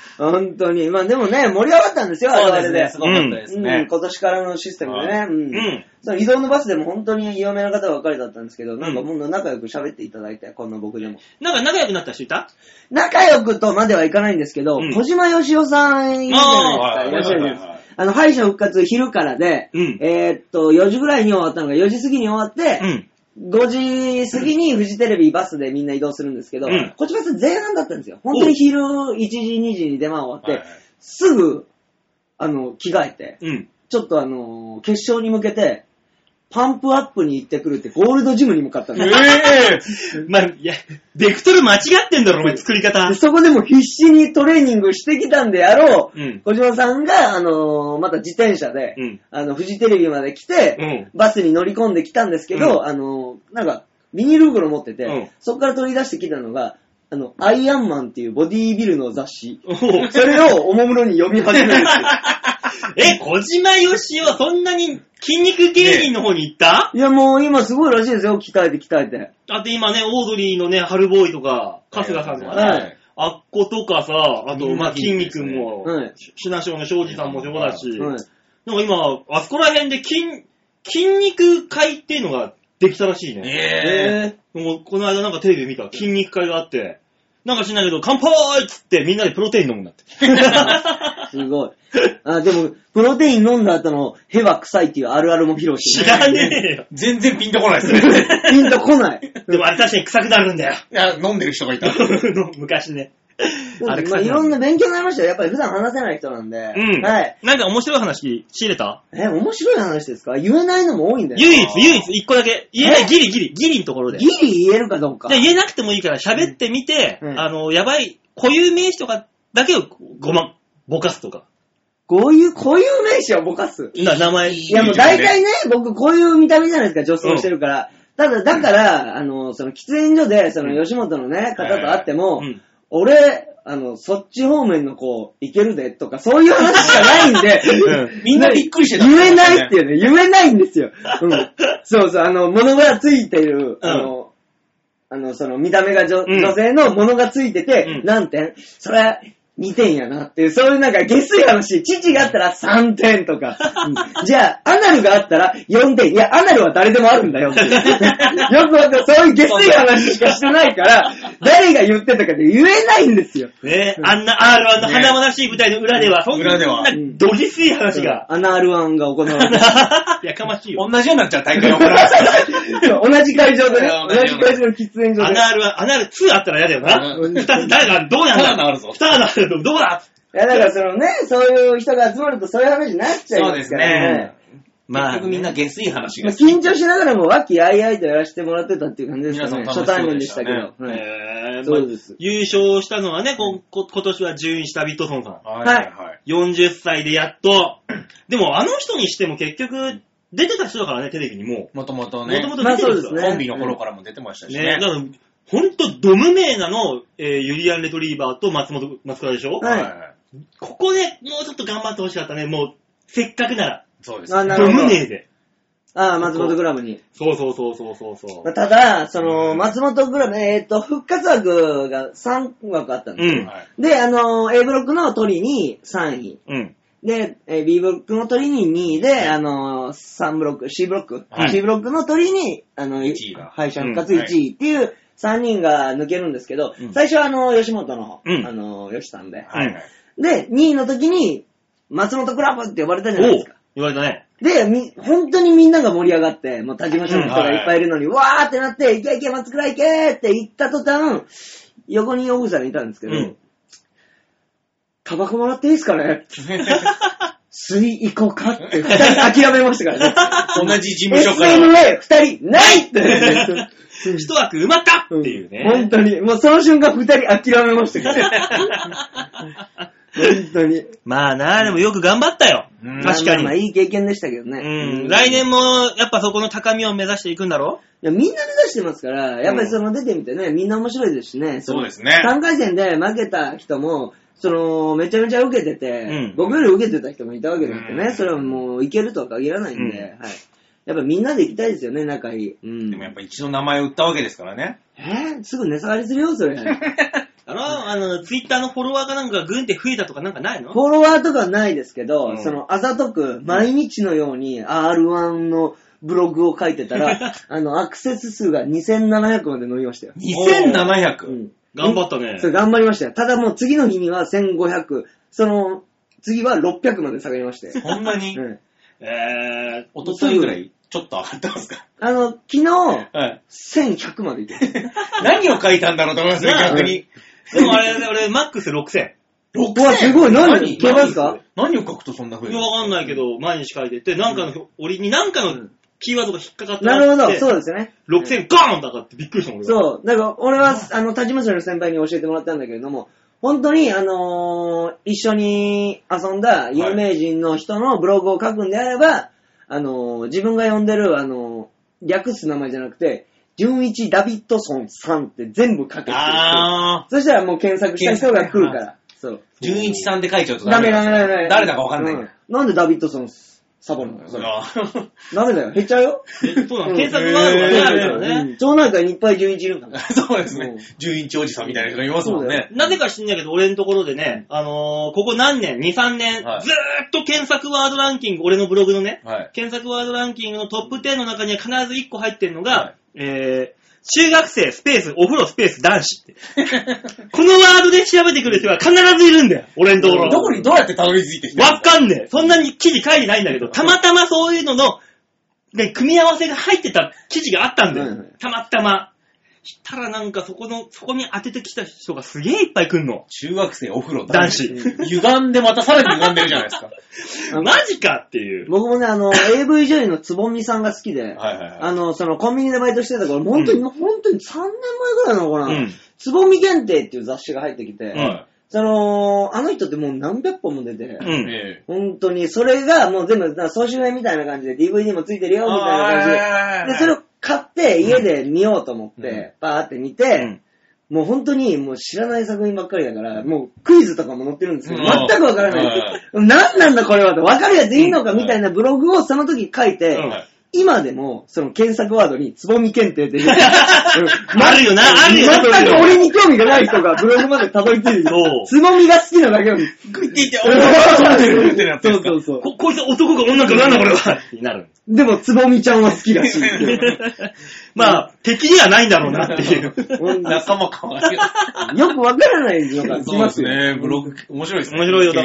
S3: 本当に。まあでもね、盛り上がったんですよ、
S4: そうですね。
S3: あれで。
S4: すごかったですね。
S3: うん、今年からのシステムでね。うん。
S2: うん。
S3: その移動のバスでも本当に有名な方ばかりだったんですけど、なんかもっと仲良く喋っていただいて、こんな僕でも。
S2: なんか仲良くなった人いた？
S3: 仲良くとまではいかないんですけど、
S2: うん、
S3: 小島よしおさんいるじゃないですか。いらっしゃるじゃないですか。あの、敗者復活昼からで、
S2: うん、
S3: えー、っと、よじぐらいに終わったのがよじ過ぎに終わって、
S2: うん
S3: ごじ過ぎにフジテレビバスでみんな移動するんですけど、うん、こっちバス前半だったんですよ。本当に昼いちじ、にじに出番終わって、はいはい、すぐ、あの、着替えて、うん、ちょっとあの、決勝に向けて、パンプアップに行ってくるってゴールドジムに向かったんですよ。
S2: えぇ、ー、まあ、いや、ベクトル間違ってんだろ、お前作り方。
S3: そこでも必死にトレーニングしてきたんであろう、うん、小島さんが、あのー、また自転車で、うん、あの、フジテレビまで来て、うん、バスに乗り込んできたんですけど、うん、あのー、なんか、ビニール袋持ってて、うん、そこから取り出してきたのが、あの、アイアンマンっていうボディービルの雑誌。それをおもむろに読み始めるんですよ。
S2: え、小島よしお、そんなに筋肉芸人の方に行った、
S3: ね、いや、もう今すごいらしいですよ。鍛えて鍛えて。
S2: だって今ね、オードリーのね、春ボーイとか、春日さんとかね、はい、あっことかさ、あと、まあ、筋肉も、はい、シナショウの庄司さんもそうだし、はい、なんか今、あそこら辺で筋、筋肉会っていうのができたらしいね。
S3: え
S2: ー、もうこの間なんかテレビ見た筋肉会があって、なんかしないけど、乾杯っつってみんなでプロテイン飲むんだって。
S3: すごい。あ、でも、プロテイン飲んだ後のヘは臭いっていうあるあるも披露して
S2: 知らねえよ。
S4: 全然ピンとこないですね。
S3: ピンとこない。
S2: でもあれ確かに臭くなるんだよ。
S4: いや、飲んでる人がいた。
S2: 昔ね。
S3: あれ、まあ、いろんな勉強になりましたよ。やっぱり普段話せない人なんで。
S2: うん。はい。なんか面白い話仕入れた？
S3: え、面白い話ですか？言えないのも多いんだよ。
S2: 唯一、唯一、一個だけ。言えない、ギリギリ、ギリのところで。
S3: ギリ言えるかどうか。
S2: じゃ言えなくてもいいから喋ってみて、うん、あの、やばい、固有名詞とかだけをごま、ぼかすとか。
S3: こういう、こういう名詞をぼかす。
S2: な、名前。
S3: いやもう大体ね、僕こういう見た目じゃないですか、女装してるから。うん、ただ、だから、あの、その喫煙所で、その吉本のね、方と会っても、うん、俺、あの、そっち方面の子、いけるで、とか、そういう話しかないんで、
S4: うん、みんなびっくりしてた。
S3: 言えないっていうね、言えないんですよ。うん。そうそう、あの、物がついてる、あの、うん、あの、その、見た目が 女,、うん、女性の物がついてて、うん、何点それ、にてんやなっていう、そういうなんか下水話、父があったらさんてんとか、うん、じゃあ、アナルがあったらよんてん。いや、アナルは誰でもあるんだよって。よくわかる、そういう下水話しかしてないから、誰が言ってたかって言えないんですよ。
S2: ねえ、あんな アールワン の華々しい舞台の裏では、そんなどぎすい話が。
S3: アナ アールワン が行われてる。
S2: やかましいよ。
S4: 同じようになっちゃう大会が行われてる。
S3: 同じ会場でね、同じ会場の喫煙所で。
S2: アナ アールワン、アナルツーあったら嫌だよな。二つ、誰がどうやんだ。
S4: 二穴あるぞ。
S2: 二穴あるぞ。どうだ。
S3: いや、だからそのね、そういう人が集まるとそういう話になっちゃいますからね。そうですね。
S4: まあ、結局みんな下水話が。
S3: 緊張しながらも和気あいあいとやらせてもらってたっていう感じですかね。初対面でしたけど。
S2: へそうです。優勝したのはね、ここ今年は順位したビットソンさん。
S3: はい。
S2: よんじゅっさいでやっと。でもあの人にしても結局、出てた人だからね、テレビにも。
S4: もともとね。
S2: もともと出てる人。
S3: コ
S4: ンビの頃からも出てましたしね。
S2: ね。だからほんとド無名なの、えー、ユリアン・レトリーバーと松本、松倉でしょ？
S3: はい。
S2: ここでもうちょっと頑張ってほしかったね。もう、せっかくなら。
S4: そうです。
S3: あ、なるほど。
S2: ド無名で。
S3: ああ、松本クラブに。
S2: そうそうそうそうそうそう。
S3: ただ、その、松本クラブ、えっと、復活枠がさんわくあったんですよ。うん、で、あの、A ブロックの鳥にさんい。
S2: うん。
S3: で、B ブロックの鳥ににいで、あの、さんブロック、C ブロック、はい、C ブロックの鳥に、あの、
S4: いちいが。
S3: 敗者復活いちいっていう、さんにんが抜けるんですけど、うん、最初はあの、吉本の、うん、あの、吉さんで。
S2: はいはい。
S3: で、にいの時に、松本クラブって呼ばれたじゃないですか。
S2: 言われたね。
S3: で、み、本当にみんなが盛り上がって、もう他事務所の人がいっぱいいるのに、うん、わーってなって、いけいけ松倉いけーって言った途端、横にオフさんいたんですけど、うん、タバコもらっていいですかね吸い行こうかって二人諦めましたから
S4: ね。同じ事務所から。
S3: エスエヌエー 二人、ないって。
S2: 一枠埋まったっていうね、
S3: うん。本当に。もうその瞬間二人諦めましたから。本当に。
S2: まあな、でもよく頑張ったよ。うん、確かに。
S3: まあまあいい経験でしたけどね。
S2: うん。来年もやっぱそこの高みを目指していくんだろ？
S3: いや、みんな目指してますから、やっぱりその出てみてね、みんな面白いですしね。
S4: そうですね。
S3: さんかい戦で負けた人も、その、めちゃめちゃ受けてて、うん、僕より受けてた人もいたわけだってね、うん、それはもういけるとは限らないんで、うん、はい。やっぱみんなで行きたいですよね、仲いい。うん、
S4: でもやっぱ一度名前を売ったわけですからね。
S3: えー、すぐ値下がりするよ、それ。
S2: あの、ああの、ツイッターのフォロワーがなんかグンって増えたとかなんかないの？
S3: フォロワーとかはないですけど、
S2: うん、
S3: その、あざとく、毎日のように アールワン のブログを書いてたら、あの、アクセス数がにせんななひゃくまで伸びましたよ。
S4: にせんななひゃく？
S3: うん。
S2: 頑張ったね。
S3: そう、頑張りましたよ。ただもう次の日にはせんごひゃく、その、次はろっぴゃくまで下がりまして。
S4: そんなに？うん。
S2: えー、
S4: おとといぐらいちょっと上がってますか？
S3: あの、昨日、はい、せんひゃくまでいける。
S4: 何を書いたんだろうと思いますね、逆に。
S2: でもあれ、俺、マックスろくせん。
S3: ろくせん？すごい、何いけますか？
S4: 何を書くとそんな風に？
S2: わかんないけど、毎日書いてて、なんかの、折になんかのキーワードが引っかかって
S3: なるほど、そうですね。
S2: ろくせんガーンだかってびっくりしたもん。
S3: そう。だから俺は、あの、他事務所の先輩に教えてもらったんだけれども、本当に、あのー、一緒に遊んだ有名人の人のブログを書くんであれば、はい、あのー、自分が呼んでる、あのー、略す名前じゃなくて、純一ダビッドソンさんって全部書けてる。あー。そしたらもう検索した人が来るから。そう。
S4: 純一さんって書いちゃうと
S3: ダメダメダメ。
S4: 誰だかわかんない、うん。
S3: なんでダビッドソンサボるのよ、それ。ダメだよ、減っちゃうよ。
S2: え、そうなの？検索ワードがね、あるからね。
S3: 町内会にいっぱい純一いるんだから。
S4: そうですね。純一おじさんみたいな人がいますもんね。
S2: なぜか知んないけど、俺のところでね、あのー、ここ何年、に、さんねん、はい、ずーっと検索ワードランキング、俺のブログのね、はい、検索ワードランキングのトップじゅうの中には必ずいっこ入ってるのが、はい、えー、中学生スペース、お風呂スペース男子って。このワードで調べてくる人は必ずいるんだよ。俺のところ。
S4: どこにどうやってたどり着いてきたの？
S2: わかんねえ。そんなに記事書いてないんだけど、たまたまそういうのの、ね、組み合わせが入ってた記事があったんだよ。うん、たまたま。したらなんかそこの、そこに当ててきた人がすげえいっぱい来んの。
S4: 中学生お風呂
S2: 男子。
S4: 歪んでまたさらに歪んでるじゃないですか。
S2: マジかっていう。
S3: 僕もね、あの、エーブイ 女優のつぼみさんが好きで、はいはいはい、あの、そのコンビニでバイトしてたから、本当に、うん、本当にさんねんまえぐらいなのかな、うん、つぼみ限定っていう雑誌が入ってきて、うん、その、あの人ってもう何百本も出て、うん、本当に、それがもう全部、総集編みたいな感じで ディーブイディー もついてるよ、みたいな感じで、で、それを買って家で見ようと思って、バ、うん、ーって見て、うん、もう本当にもう知らない作品ばっかりだから、もうクイズとかも載ってるんですけど、全くわからない。何なんだこれはと、わかるやついいのかみたいなブログをその時書いて、うん、今でも、その検索ワードにつぼみ検定って言う。
S2: あるよな、あるよな。
S3: 全く俺に興味がない人がブログまでたどり着いてる。つぼみが好きなだけを見
S4: 食っていて、俺が
S3: そうそうそう。
S2: こ、こいつ男か女かなんだこれはになる。
S3: でも、つぼみちゃんは好きらしい。
S2: まあ、敵にはないんだろうなっていう。
S4: 仲間かわいい。
S3: よくわからないよが
S4: 来ますね。ブログ、面白いですね。
S2: 面白いよ、だから。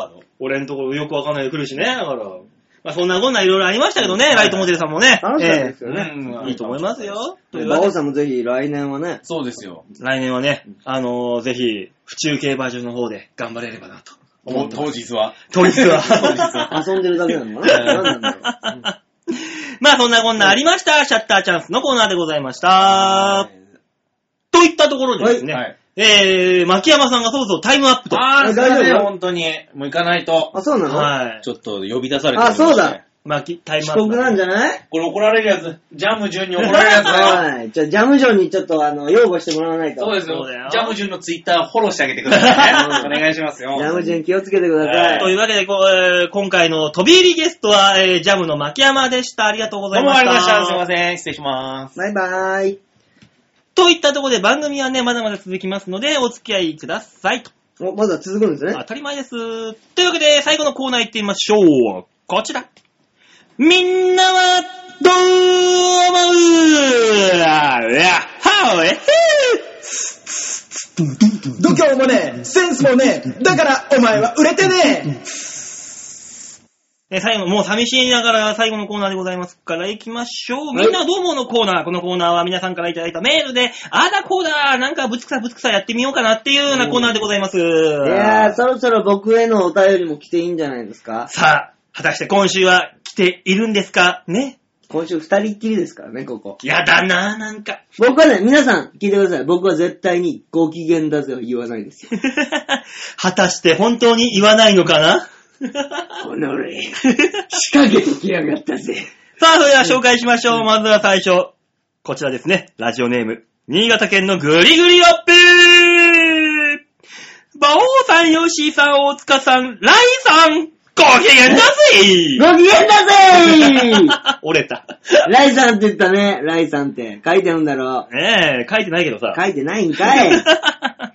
S2: 俺のところよくわかんないで来るしね、だから。まあそんなこんないろいろありましたけどね、ライトモデルさんもね。
S3: 楽しかったですよね。
S2: いいと思いますよ。
S3: 馬王さんもぜひ来年はね。
S4: そうですよ。
S2: 来年はね、あのー、ぜひ、府中競馬場の方で頑張れればなと思ってます。
S4: 当日は。
S2: 当日は。
S3: 遊んでるだけなのかな。何なんだろう。
S2: まあそんなこんなありました。シャッターチャンスのコーナーでございました。といったところでですね。はいはい、えー、牧山さんがそろそろタイムアップと。
S4: あー、大丈夫本当に。もう行かないと。
S3: あ、そうなの？
S2: はい。
S4: ちょっと呼び出されてる。
S3: あ、そうだ。
S2: まあ、タイムアップ。
S3: 遅刻なんじゃない？
S4: これ怒られるやつ。ジャムジュンに怒られるやつだよ。
S3: はい。じゃあ、ジャムジュンにちょっと、あの、擁護してもらわないと。
S4: そうですよ。ジャムジュンのツイッターフォローしてあげてくださいね。お願いしますよ。
S3: ジャムジュン気をつけてください。
S2: というわけで、こうえー、今回の飛び入りゲストは、えー、ジャムの牧山でした。ありがとうございました。
S4: どうもありがとうございました。すいません。失礼します。
S3: バイバーイ。
S2: といったところで番組はね、まだまだ続きますので、お付き合いくださいと。
S3: お、まだ続くんですね。
S2: 当たり前です。というわけで、最後のコーナー行ってみましょう。こちら。みんなは、どう思う？あや、はおえ
S1: 度胸もねえ、センスもねえ、だからお前は売れてね
S2: え。最後、もう寂しいながら最後のコーナーでございますから行きましょう。みんなどうものコーナー。このコーナーは皆さんからいただいたメールで、あだこうだ、なんかぶつくさぶつくさやってみようかなっていうようなコーナーでございます。い
S3: やー、そろそろ僕へのお便りも来ていいんじゃないですか。
S2: さあ、果たして今週は来ているんですかね。
S3: 今週二人っきりですからね、ここ。
S2: やだなぁ、なんか。
S3: 僕はね、皆さん聞いてください。僕は絶対にご機嫌だぜは言わないですよ。
S2: 果たして本当に言わないのかな。
S3: この俺、仕掛けてきやがったぜ。
S2: さあ、それでは紹介しましょう。まずは最初。こちらですね。ラジオネーム。新潟県のぐりぐりアップー馬王さん、ヨッシーさん、大塚さん、ライさん、ご機嫌だぜ
S3: ご機嫌だぜ
S2: 折れた。
S3: ライさんって言ったね。ライさんって。書いてるんだろう。
S2: ねえ、書いてないけどさ。
S3: 書いてないんかい。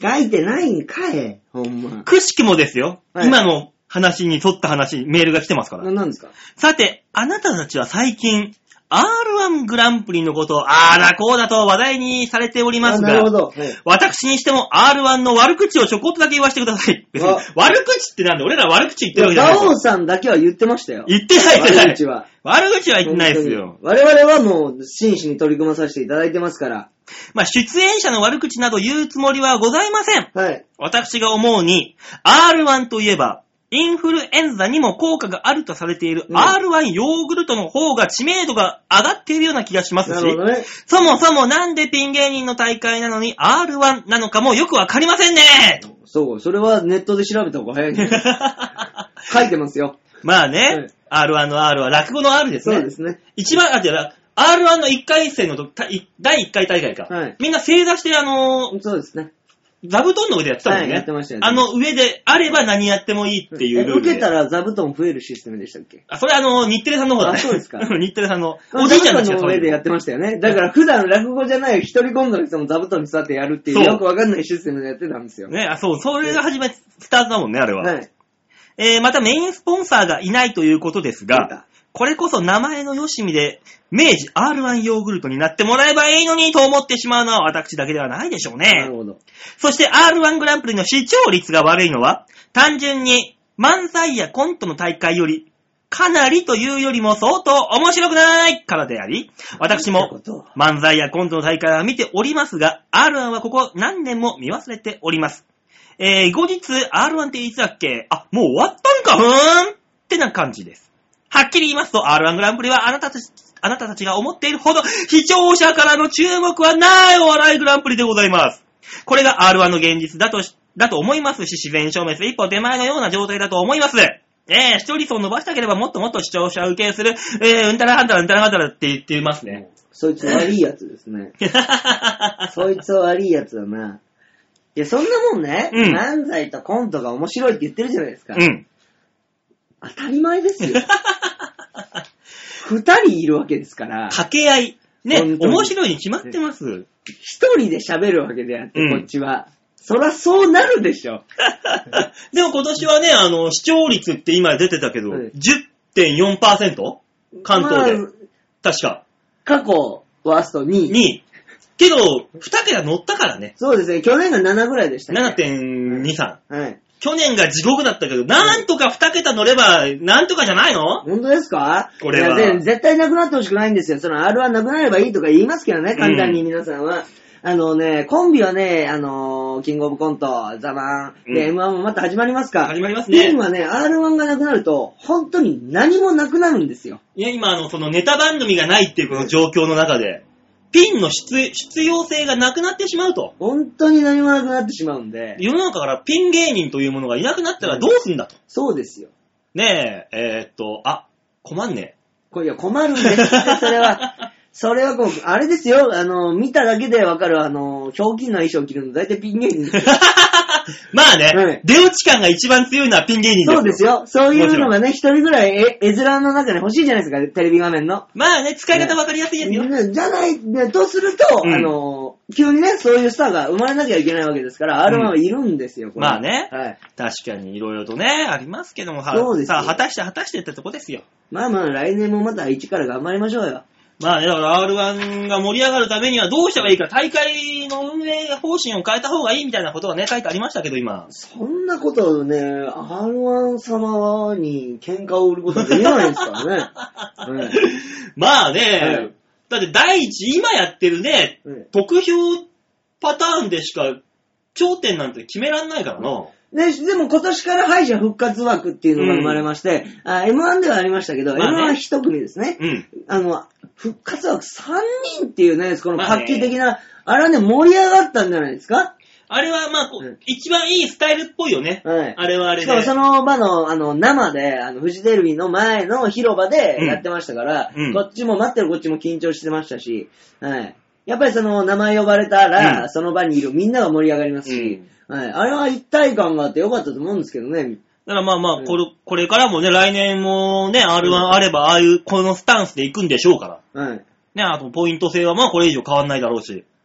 S3: 書いてないんかい、ほんま。
S2: くしくもですよ。
S3: はい、
S2: 今の話に沿った話、メールが来てますから。
S3: な、なんですか？
S2: さて、あなたたちは最近、アールワン グランプリのことを、あーだこうだと話題にされておりますが、
S3: なるほど。はい、
S2: 私にしても アールワン の悪口をちょこっとだけ言わせてください。別に悪口ってなんで俺ら悪口言ってるわけじゃない。
S3: ガオさんだけは言ってましたよ。
S2: 言ってないじゃない。
S3: 悪口は。
S2: 悪口は言ってないですよ。
S3: 我々はもう真摯に取り組まさせていただいてますから。
S2: まあ、出演者の悪口など言うつもりはございません。
S3: はい。
S2: 私が思うに、アールワン といえば、インフルエンザにも効果があるとされている アールワン ヨーグルトの方が知名度が上がっているような気がしますし、ね、そもそもなんでピン芸人の大会なのに アールワン なのかもよくわかりませんね。
S3: そう、それはネットで調べた方が早いんです書いてますよ。
S2: まあね、はい、アールワン の R は落語の R ですね。
S3: そうですね。
S2: 一番、あ、じゃあ、アールワン のいっかい戦のだいいっかい大会か。はい、みんな正座してあのー、
S3: そうですね。
S2: 座布団の上でやってたもんね。はい、
S3: やってましたよね。
S2: あの上であれば何やってもいいっていうルールで。
S3: 受けたら座布団増えるシステムでしたっけ？
S2: あ、それあの、日テレさんの方だね。
S3: あ、そうですか。
S2: 日テレさんの。おじいちゃんたちが
S3: 座布団の上でやってましたよね。だから普段落語じゃない一人コントの人も座布団に座ってやるっていうよくわかんないシステムでやってたんですよ。
S2: ね、あ、そう、それが始め、スタートだもんね、あれは。
S3: はい。
S2: えー、またメインスポンサーがいないということですが、これこそ名前のよしみで、明治 アールワン ヨーグルトになってもらえばいいのにと思ってしまうのは私だけではないでしょうね。
S3: なるほど。
S2: そして アールワン グランプリの視聴率が悪いのは、単純に漫才やコントの大会より、かなりというよりも相当面白くないからであり、私も漫才やコントの大会は見ておりますが、アールワン はここ何年も見忘れております。えー、後日 アールワン っていつだっけ？あ、もう終わったんかふーんってな感じです。はっきり言いますと アールワン グランプリはあなたたち、あなたたちが思っているほど視聴者からの注目はないお笑いグランプリでございます。これが アールワン の現実だと、だと思いますし、自然消滅一歩手前のような状態だと思います。えー、視聴率を伸ばしたければもっともっと視聴者受けする、えー、うんたらはんたらうんたらはんたらって言ってますね。
S3: そいつ悪いやつですね。そいつは悪いやつだな。いや、そんなもんね、うん、漫才とコントが面白いって言ってるじゃないですか。
S2: うん。
S3: 当たり前ですよ。二人いるわけですから。
S2: 掛け合い。ね、面白いに決まってます。
S3: 一人で喋るわけであって、うん、こっちは。そらそうなるでしょ。
S2: でも今年はね、あの、視聴率って今出てたけど、はい、じゅってんよんパーセント? 関東で、まあ。確か。
S3: 過去、ワーストにい。
S2: にい。けど、二桁乗ったからね。
S3: そうですね。去年がななぐらいでしたね。
S2: ななてんにさん。
S3: はい。
S2: 去年が地獄だったけど、なんとか二桁乗れば、なんとかじゃないの？
S3: 本当ですか？
S2: これは。
S3: いや、絶対なくなってほしくないんですよ。その アールワン なくなればいいとか言いますけどね、簡単に皆さんは。うん、あのね、コンビはね、あのー、キングオブコント、ザマン、で、うん、エムワン もまた始まりますか？
S2: 始まりますね。
S3: 今ね、アールワン がなくなると、本当に何もなくなるんですよ。
S2: いや、今、あの、そのネタ番組がないっていうこの状況の中で、ピンの必、必要性がなくなってしまうと。
S3: 本当に何もなくなってしまうんで。
S2: 世の中からピン芸人というものがいなくなったらどうすんだと。
S3: そうですよ。
S2: ねえ、えー、っと、あ、困んねえ。
S3: これいや、困るんですって、それは。それはこう、あれですよ、あの、見ただけでわかる、あの、ひょうきんな衣装着るの大体ピン芸人ですよ。
S2: まあね、はい、出落ち感が一番強いのはピン芸人ですよ。
S3: そうですよ。そういうのがね、一人ぐらい絵、絵面の中に欲しいじゃないですか、テレビ画面の。
S2: まあね、使い方わかりやすいですよ。
S3: ね、じゃない、ね、とすると、うん、あの、急にね、そういうスターが生まれなきゃいけないわけですから、アールワン はいるんですよ、
S2: うん、まあね、
S3: はい。
S2: 確かにいろいろとね、ありますけども、
S3: そうですよ。
S2: さあ、果たして果たしてってとこですよ。
S3: まあまあ、来年もまた一から頑張りましょうよ。
S2: まあね、だから アールワン が盛り上がるためにはどうしたらいいか、大会の運営方針を変えた方がいいみたいなことがね、書いてありましたけど、今。
S3: そんなことをね、アールワン 様に喧嘩を売ることできないですからね。ね
S2: まあね、はい、だって第一、今やってるね、うん、得票パターンでしか頂点なんて決めらんないからな。
S3: ね、でも今年から敗者復活枠っていうのが生まれまして、うん、あ エムワン ではありましたけど、まあね、エムワン 一組ですね。
S2: うん、
S3: あの、復活枠さんにんっていうね、この画期的な、まあね、あれはね、盛り上がったんじゃないですか？
S2: あれはまあ、うん、一番いいスタイルっぽいよね。
S3: はい。
S2: あれはあれで。
S3: しかもその場の、あの、生で、あの、フジテレビの前の広場でやってましたから、うん、こっちも待ってるこっちも緊張してましたし、はい。やっぱりその、名前呼ばれたら、うん、その場にいるみんなが盛り上がりますし、うん、はい。あれは一体感があってよかったと思うんですけどね。
S2: だからまあまあ、これ、これからもね、来年もね、アールワン あれば、ああいう、このスタンスで行くんでしょうから。
S3: はい。
S2: ね、あと、ポイント制はまあこれ以上変わんないだろうし。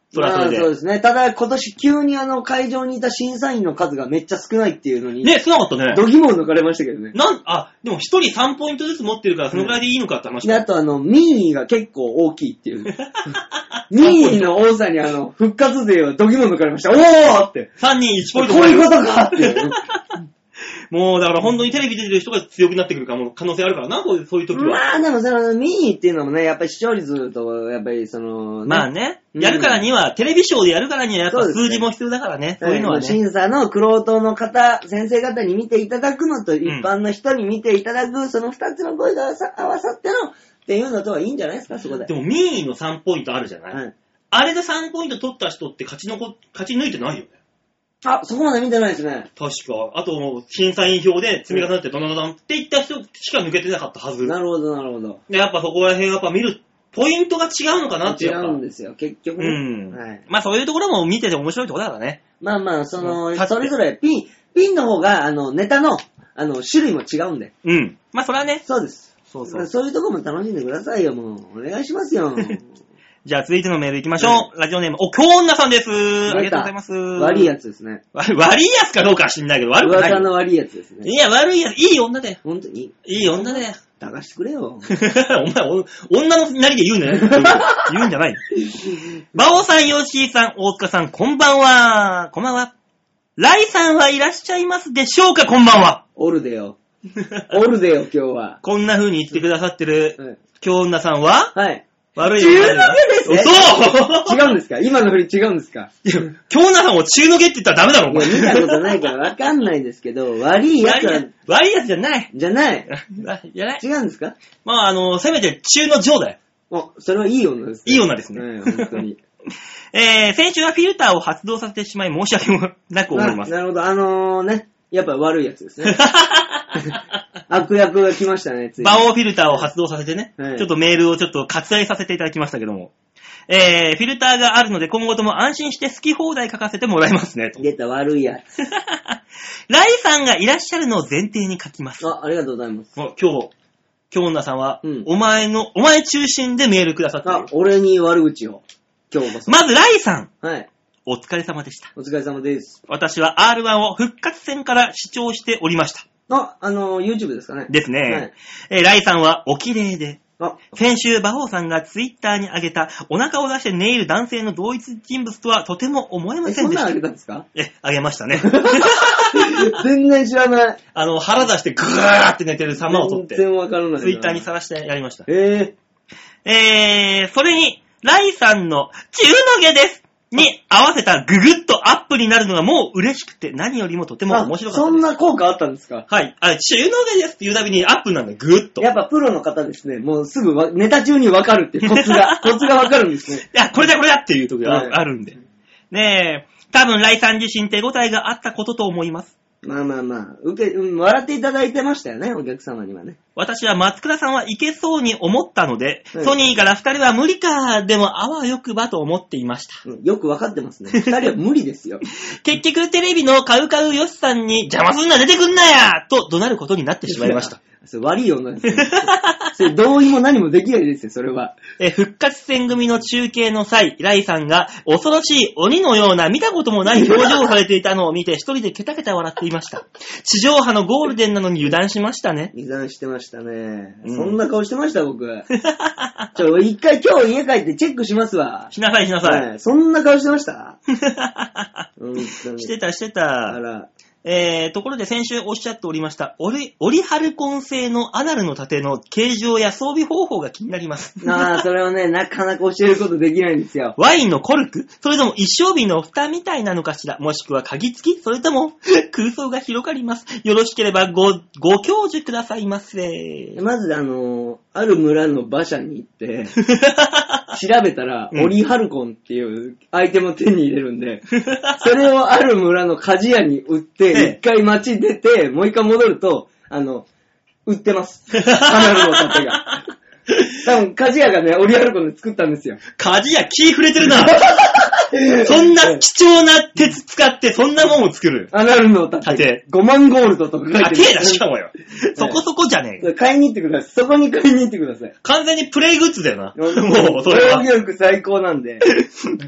S2: それはそれで。
S3: まあ、そうですね。ただ今年急にあの会場にいた審査員の数がめっちゃ少ないっていうのに。
S2: ね、少なかったね。
S3: 度肝を抜かれましたけどね。
S2: なん、あ、でも一人さんポイントずつ持ってるからそのぐらいでいいのかって話、うん、
S3: で、あとあの、民意が結構大きいっていう。民意の多さにあの、復活勢は度肝抜かれました。おーって。
S2: さんにんいちポイント。
S3: こういうことかっていう。
S2: もう、だから本当にテレビ出てる人が強くなってくるかも、可能性あるからな、そういう時は。
S3: まあでもその、民意っていうのもね、やっぱり視聴率と、やっぱりその、ね、
S2: まあね、うん、やるからには、テレビショーでやるからには、やっぱ数字も必要だからね、そう、ね、そういうのはね。
S3: 審査の玄人の方、先生方に見ていただくのと、一般の人に見ていただく、うん、その二つの声が合わさっての、っていうのとはいいんじゃないですか、そこで。
S2: でも民意のさんポイントあるじゃない、はい、あれでさんポイント取った人って勝ちのこ、勝ち抜いてないよね。
S3: あ、そこまで見てないですね。
S2: 確か。あと、審査員票で積み重なってドナドナっていった人しか抜けてなかったはず。
S3: なるほど、なるほど。
S2: で、やっぱそこら辺やっぱ見る、ポイントが違うのかなっていう。
S3: 違うんですよ、結局、ね。
S2: うん。はい。まあそういうところも見てて面白いところだからね。
S3: まあまあ、その、それぞれピン、ピンの方が、あの、ネタの、あの、種類も違うんで。
S2: うん。まあそれはね。
S3: そうです。
S2: そうそう。
S3: そういうところも楽しんでくださいよ、もう。お願いしますよ。
S2: じゃあ続いてのメール行きましょう。はい、ラジオネーム、お、京女さんです。ありがとうございます。
S3: 悪いやつですね。
S2: 悪いやつかどうかは知んないけど、悪くない。
S3: 噂の悪いやつですね。
S2: いや、悪いやつ、いい女だよ。
S3: ほんとに
S2: いい女だよ。
S3: 抱かしてくれよ。
S2: お前、女のなりで言うんじゃない言うんじゃない。バオさん、ヨッシーさん、大塚さん、こんばんは。こんばんは。ライさんはいらっしゃいますでしょうか、こんばんは。
S3: おるでよ。おるでよ、今日は。
S2: こんな風に言ってくださってる、京女さんは
S3: はい。
S2: 悪い
S3: 中の毛ですね。
S2: そう
S3: 違うんですか今の振り違うんですか
S2: いや、京女さんを中の毛って言ったらダメだろ、お前。
S3: いや、見たことないからわかんないですけど、悪いやつは。
S2: 悪いやつじゃない。
S3: じゃない。
S2: じゃない。
S3: 違うんですか
S2: まあ、あの、せめて中の上だよ。
S3: お、それはいい女ですね。
S2: いい女ですね。
S3: はい、本当に。
S2: えー、先週はフィルターを発動させてしまい申し訳もなく思います。
S3: なるほど、あのー、ね、やっぱ悪いやつですね。悪役が来ましたね、ついに。
S2: バオフィルターを発動させてね、
S3: はい、
S2: ちょっとメールをちょっと割愛させていただきましたけども、えー、フィルターがあるので今後とも安心して好き放題書かせてもらいますね。
S3: 出た悪いやつ。
S2: ライさんがいらっしゃるのを前提に書きます。
S3: あ、ありがとうございます。
S2: 今日、京女さんは、
S3: うん、
S2: お前の、お前中心でメールくださった。
S3: あ、俺に悪口を。今日こそ。
S2: まずライさん。
S3: はい。
S2: お疲れ様でした。
S3: お疲れ様です。
S2: 私は アールワン を復活戦から視聴しておりました。
S3: あ、あのー、YouTube ですかね。
S2: ですね。
S3: はい、
S2: えー、ライさんはお綺麗で、
S3: あ
S2: 先週、馬王さんがツイッターに上げたお腹を出して寝入る男性の同一人物とはとても思えませんでした。
S3: え、そんなの上げたんですか？
S2: え、上げましたね。
S3: 全然知らない。
S2: あの、腹出してグーって寝てる様を撮って、
S3: 全然わからない。
S2: ツイッターに晒してやりました。
S3: え
S2: ー。えー、それに、ライさんの中の毛ですに合わせたググッとアップになるのがもう嬉しくて何よりもとても面白かったです。
S3: そんな効果あったんですか？
S2: はい。あれ、中の毛ですって言うたびにアップなんだ、グッと。
S3: やっぱプロの方ですね。もうすぐわネタ中にわかるっていうコツが、コツがわかるんですね。
S2: いや、これだこれだっていう時があるんで。はい、ねえ、多分ライさん自身手応えがあったことと思います。
S3: まあまあまあ、受け、うん、笑っていただいてましたよね、お客様にはね。
S2: 私は松倉さんはいけそうに思ったので、はい、ソニーから二人は無理か、でもあわよくばと思っていました。
S3: うん、よくわかってますね。二人は無理ですよ。
S2: 結局テレビのカウカウヨシさんに邪魔すんな出てくんなやと怒鳴ることになってしまいました。
S3: それ悪い女ですよ。それ同意も何もできないですよ、それは。
S2: え、復活戦組の中継の際、ライさんが恐ろしい鬼のような見たこともない表情をされていたのを見て一人でケタケタ笑っていました。地上波のゴールデンなのに油断しましたね。
S3: 油断してましたね。うん、そんな顔してました、僕。ちょ、一回今日家帰ってチェックしますわ。
S2: しなさいしなさい。
S3: はい、そんな顔してました
S2: してたしてた。
S3: あら。
S2: えー、ところで先週おっしゃっておりました、オリ、オリハルコン製のアナルの盾の形状や装備方法が気になります。
S3: ああ、それをね、なかなか教えることできないんですよ。
S2: ワインのコルク？それとも一升瓶の蓋みたいなのかしら？もしくは鍵付き？それとも空想が広がります。よろしければご、ご教授くださいませ。
S3: まずあのー、ある村の馬車に行って、調べたら、うん、オリハルコンっていうアイテムを手に入れるんで、それをある村の鍛冶屋に売って、一回街出て、もう一回戻ると、あの、売ってます。アナルの盾が。多分、鍛冶屋がね、オリハルコンで作ったんですよ。
S2: 鍛冶屋気触れてるな。そんな貴重な鉄使って、そんなもんを作る。
S3: アナルの盾。ごまんゴールドとか書いてる。
S2: あ、手だしかもよ。そこそこじゃねえ。
S3: 買いに行ってください。そこに買いに行ってください。
S2: 完全にプレイグッズだよな。
S3: もう、それは。防御力最高なんで。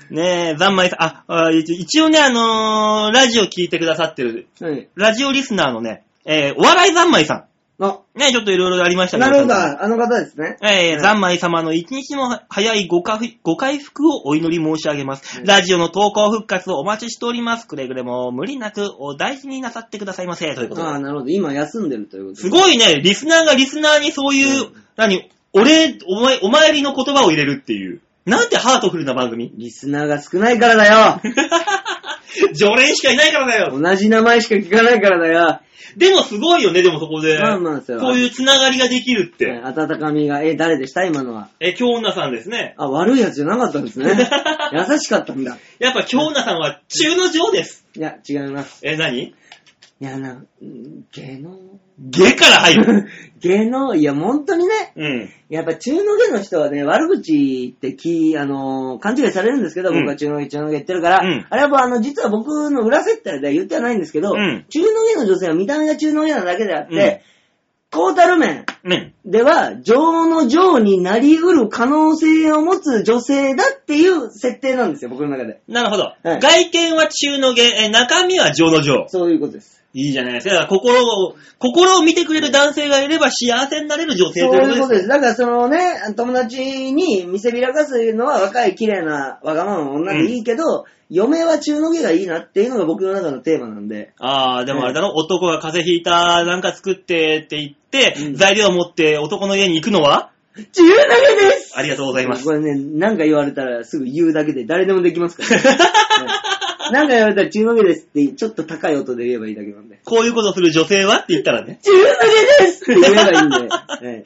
S2: ねえ、ざんまいさん、あ、あ一応ね、あのー、ラジオ聞いてくださってる、はい、ラジオリスナーのね、えー、お笑いざんまいさん。
S3: あ、
S2: ね、ちょっといろいろありましたけど。
S3: なるほど、あの方ですね。
S2: えー、ざんまい様の一日も早いご回ご回復をお祈り申し上げます。うん、ラジオの投稿復活をお待ちしております。くれぐれも無理なくお大事になさってくださいませ。ということで。
S3: ああ、なるほど。今休んでるということ
S2: すごいね、リスナーがリスナーにそういう、うん、何、お礼、お前、お参りの言葉を入れるっていう。なんてハートフルな番組。
S3: リスナーが少ないからだよ。
S2: 常連しかいないからだよ。
S3: 同じ名前しか聞かないからだよ。
S2: でもすごいよね、でもそこで。
S3: まあまあ、そ
S2: こういうつながりができるって。
S3: ね、温かみが、え、誰でした今のは。
S2: え、京女さんですね。
S3: あ、悪いやつじゃなかったんですね。優しかったんだ。
S2: やっぱ京女さんは中の上です。
S3: いや、違います。
S2: え、何？
S3: いやな、芸能。
S2: 芸から入る。
S3: 芸能、いや、本当にね。
S2: うん。
S3: やっぱ中の芸の人はね、悪口ってき、あのー、勘違いされるんですけど、うん、僕は中の芸、中の芸言ってるから、うん、あれはあの、実は僕の裏設定では言ってはないんですけど、うん、中の芸の女性は見た目が中の芸なだけであって、トータル面では、上の上になり得る可能性を持つ女性だっていう設定なんですよ、僕の中で。
S2: なるほど。はい、外見は中の芸、中身は上の上。
S3: そういうことです。
S2: いいじゃないですか。だから心を、心を見てくれる男性がいれば幸せになれる女性ということです。
S3: そういうことです。だからそのね、友達に見せびらかすのは若い綺麗なわがままの女でいいけど、うん、嫁は中の芸がいいなっていうのが僕の中のテーマなんで。
S2: ああ、でもあれだろ、うん、男が風邪ひいた、なんか作ってって言って、うん、材料を持って男の家に行くのは
S3: 中の芸です。
S2: ありがとうございます。
S3: これね、なんか言われたらすぐ言うだけで誰でもできますから、ね。なんか言われたら中の芸ですってちょっと高い音で言えばいいだけなんで。
S2: こういうことする女性はって言ったらね。
S3: 中の芸ですって言えばいいんで。はい、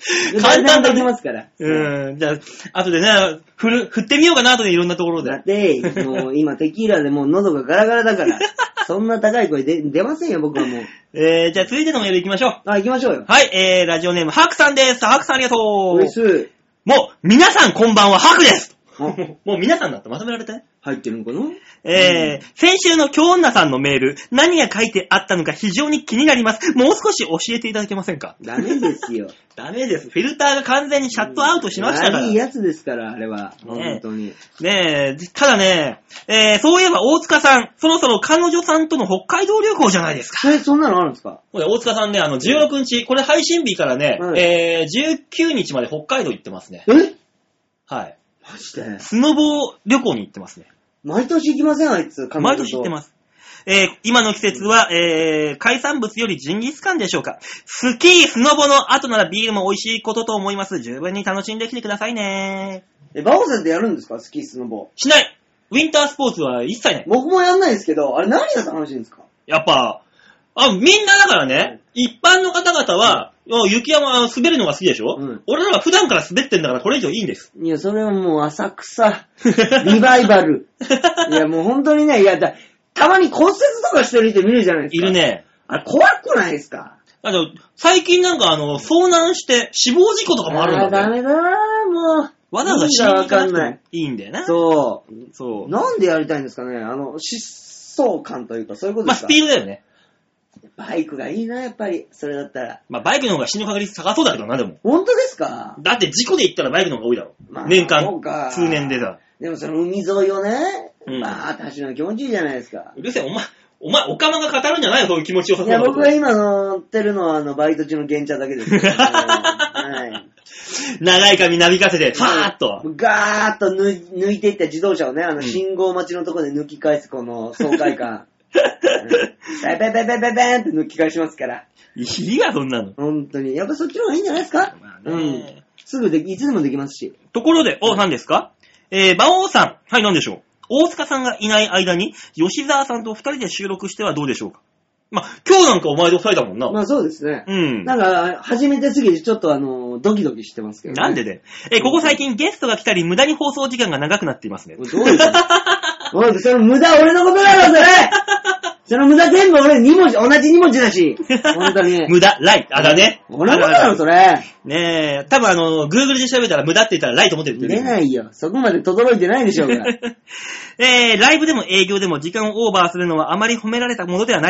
S3: 簡単でできますから。
S2: うん。じゃあ、後でね、振る、振ってみようかな、後でいろんなところで。
S3: だって、もう今テキーラでもう喉がガラガラだから、そんな高い声で出ませんよ、僕はもう。
S2: えー、じゃあ続いてのメール行きましょう。
S3: あ、行きましょうよ。
S2: はい、えー、ラジオネーム、ハクさんです。ハクさんありがとう。
S3: うれしい。
S2: もう、皆さんこんばんは、ハクです。もう皆さんだってまとめられたね。
S3: 入ってるのかな？
S2: えー、先週の京女さんのメール、何が書いてあったのか非常に気になります。もう少し教えていただけませんか？
S3: ダメですよ。
S2: ダメです。フィルターが完全にシャットアウトしましたから。
S3: いいやつですから、あれは。ね、本当に。
S2: ねえ、ただね、えー、そういえば大塚さん、そろそろ彼女さんとの北海道旅行じゃないですか。
S3: え、そんなのあるんですか？
S2: 大塚さんね、あの、じゅうろくにち、これ配信日からね、はい、えー、じゅうくにちまで北海道行ってますね。
S3: え？
S2: はい。
S3: マジで？
S2: スノボ旅行に行ってますね。
S3: 毎年行きません、あいつ。
S2: 毎年行ってます。えー、今の季節は、えー、海産物よりジンギスカンでしょうか。スキー、スノボの後ならビールも美味しいことと思います。十分に楽しんできてくださいね。
S3: え、バオさんってやるんですか？スキー、スノボ。
S2: しない。ウィンタースポーツは一切ない。
S3: 僕もやんないですけど、あれ何が楽しいんですか？
S2: やっぱ、あ、みんなだからね、一般の方々は、うん、雪山滑るのが好きでしょ、うん、俺らは普段から滑ってんだからこれ以上いいんです。
S3: いや、それはもう浅草、リバイバル。いや、もう本当にね、いやだ、たまに骨折とかしてる人見るじゃないですか。
S2: いるね。
S3: あれ怖くないですか？
S2: あと、最近なんかあの、遭難して死亡事故とかもあるんだよ。
S3: あー、ダメだなもう。
S2: わざわざ死に行かなくてもいいんだよな。
S3: そう。
S2: そう。
S3: なんでやりたいんですかね？あの、疾走感というか、そういうことですか？
S2: まあ、スピードだよね。
S3: バイクがいいな、やっぱり。それだったら。
S2: まあ、バイクの方が死ぬ確率高そうだけどな、でも。
S3: 本当ですか？
S2: だって事故で行ったらバイクの方が多いだろ。まあ、年間、通年でさ。
S3: でもその海沿いをね、うん、まあ、確かに気持ちいいじゃないですか。
S2: うるせえ、お前、お前、おかまが語るんじゃないよ、そういう気持ちよさそうな
S3: こと。いや、僕が今乗ってるのは、あの、バイト中の原茶だけです。はい。
S2: 長い髪なびかせて、ファーっと。
S3: ガーッと抜いていった自動車をね、あの、信号待ちのところで抜き返す、この爽快感。ペペペペペペンって抜き返しますから。
S2: いいや、そんなの。
S3: 本当に。やっぱそっちの方がいいんじゃないですか？まあね、うん。すぐで、いつでもできますし。
S2: ところで、お、何ですか？えー、馬王さん。はい、何でしょう？大塚さんがいない間に、吉沢さんと二人で収録してはどうでしょうか？まあ、今日なんかお前と二人だもんな。
S3: まあそうですね。
S2: うん。
S3: なんか、初めてすぎてちょっとあの、ドキドキしてますけど、ね。
S2: なんでで？えー、ここ最近ゲストが来たり、無駄に放送時間が長くなっていますね。
S3: どういうこと？おい、その無駄俺のことだろ、それ！その無駄全部俺に文字、同じに文字だし。本当に。
S2: 無駄、ライ。あ、だね。
S3: 俺のことだろ、それ。
S2: ねえ、多分あの、Google で調べたら無駄って言ったらライと思ってるって
S3: 出ないよ。そこまで轟いてないでしょうが。
S2: えー、ライブでも営業でも時間をオーバーするのはあまり褒められたものではないです。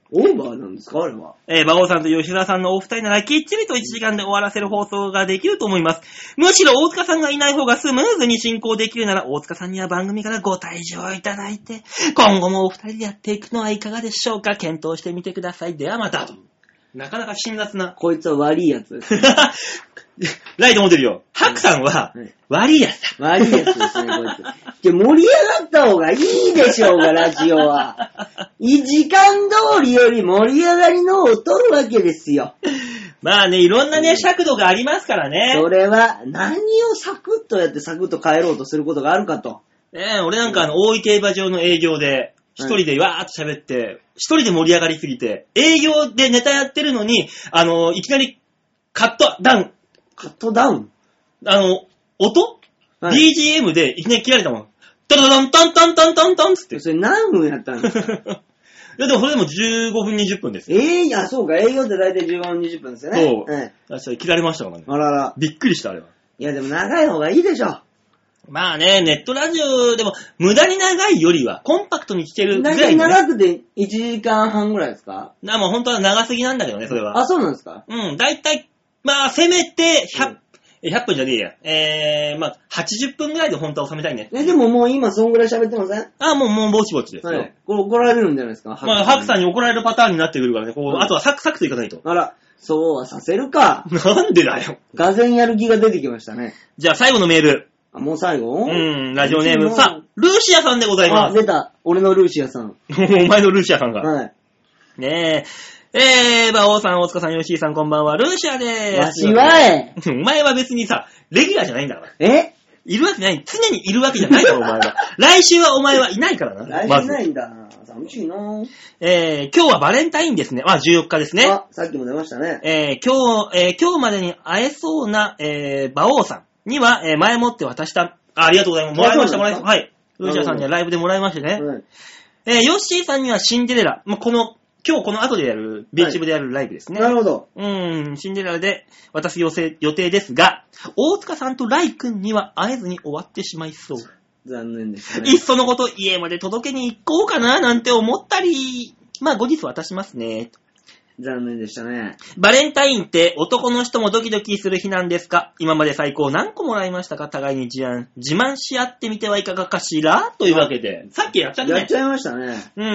S3: オーバーなんですかあれは。
S2: えー、馬王さんと吉沢さんのお二人ならきっちりといちじかんで終わらせる放送ができると思います。むしろ大塚さんがいない方がスムーズに進行できるなら、大塚さんには番組からご退場いただいて、今後もお二人でやっていくのはいかがでしょうか。検討してみてください。ではまた。なかなか辛辣な。
S3: こいつは悪いやつです。
S2: ライト持ってるよ。ハクさんは、悪いやつ
S3: だ。悪いやつですね、こいつ。で盛り上がった方がいいでしょうが、ラジオは。時間通りより盛り上がりのを取るわけですよ。
S2: まあね、いろんなね、尺度がありますからね。
S3: それは、何をサクッとやってサクッと帰ろうとすることがあるかと。
S2: ねえ、俺なんかあの、大井競馬場の営業で、一人でわーっと喋って、一人で盛り上がりすぎて、営業でネタやってるのに、あの、いきなり、カットダウン。
S3: カットダウン
S2: あの、音、
S3: はい、
S2: ビージーエム でいきなり切られたもん。トントントントントントントンつって。
S3: それ何分やったんですか？
S2: いやでもそれでもじゅうごふんにじゅっぷんですよ。
S3: ええー、いや、そうか、営業って大体じゅうごふんにじゅっぷんですよね。
S2: そう。はい。確かに切られましたからね。
S3: あらら。
S2: びっくりしたあれは。
S3: いやでも長い方がいいでしょ。
S2: まあね、ネットラジオでも無駄に長いよりはコンパクトに聞けるぐらい、ね。
S3: 大体長くていちじかんはんぐらいですか？
S2: な、もう本当は長すぎなんだけどね、それは。
S3: あ、そうなんですか？
S2: うん、大体、まあせめてひゃく、うんひゃっぷんじゃねえや。えー、まあ、はちじゅっぷんぐらいで本当は収めたいね。
S3: え、でももう今そんぐらい喋ってません？
S2: あ、もう、もうぼちぼちですよ。はい。
S3: これ怒られるんじゃないですか？
S2: まあ、ハクさんに怒られるパターンになってくるからね。こう、うん、あとはサクサクといかないと。
S3: あら、そうはさせるか。
S2: なんでだよ。
S3: がぜんやる気が出てきましたね。
S2: じゃあ最後のメール。
S3: あ、もう最後？
S2: うん、ラジオネーム。さあ、ルーシアさんでございます。
S3: あ、出た。俺のルーシアさん。
S2: お前のルーシアさんが。
S3: はい。
S2: ねえ。えー、馬王さん、大塚さん、吉井さん、こんばんは。ルーシアでーす。
S3: わしはえ。
S2: お前は別にさ、レギュラーじゃないんだから。
S3: え
S2: いるわけない。常にいるわけじゃないだろ、お前は。来週はお前はいないからな。
S3: 来週いないんだ。ま、寂しいなぁ。
S2: えー、今日はバレンタインですね。まあ、じゅうよっかですね。
S3: あ、さっきも出ましたね。
S2: えー、今日、えー、今日までに会えそうな、えー、馬王さんには、えー、前もって渡した、あ、ありがとうございます。もらいました、もらいました。はい。ルーシアさんにはライブでもらいましてね。はい、えー、ヨッシーさんにはシンデレラ。まあ、この、今日この後でやる、ビーチ部でやるライブですね。
S3: はい、なるほど。
S2: うん、シンデレラで渡す予定ですが、大塚さんとライ君には会えずに終わってしまいそう。
S3: 残念ですね。
S2: いっそのこと家まで届けに行こうかななんて思ったり、まあ後日渡しますね。
S3: 残念でしたね。
S2: バレンタインって男の人もドキドキする日なんですか？今まで最高何個もらいましたか？互いに自慢、自慢し合ってみてはいかがかしら？というわけで。さっきやっちゃったね。
S3: やっちゃいましたね。
S2: うん。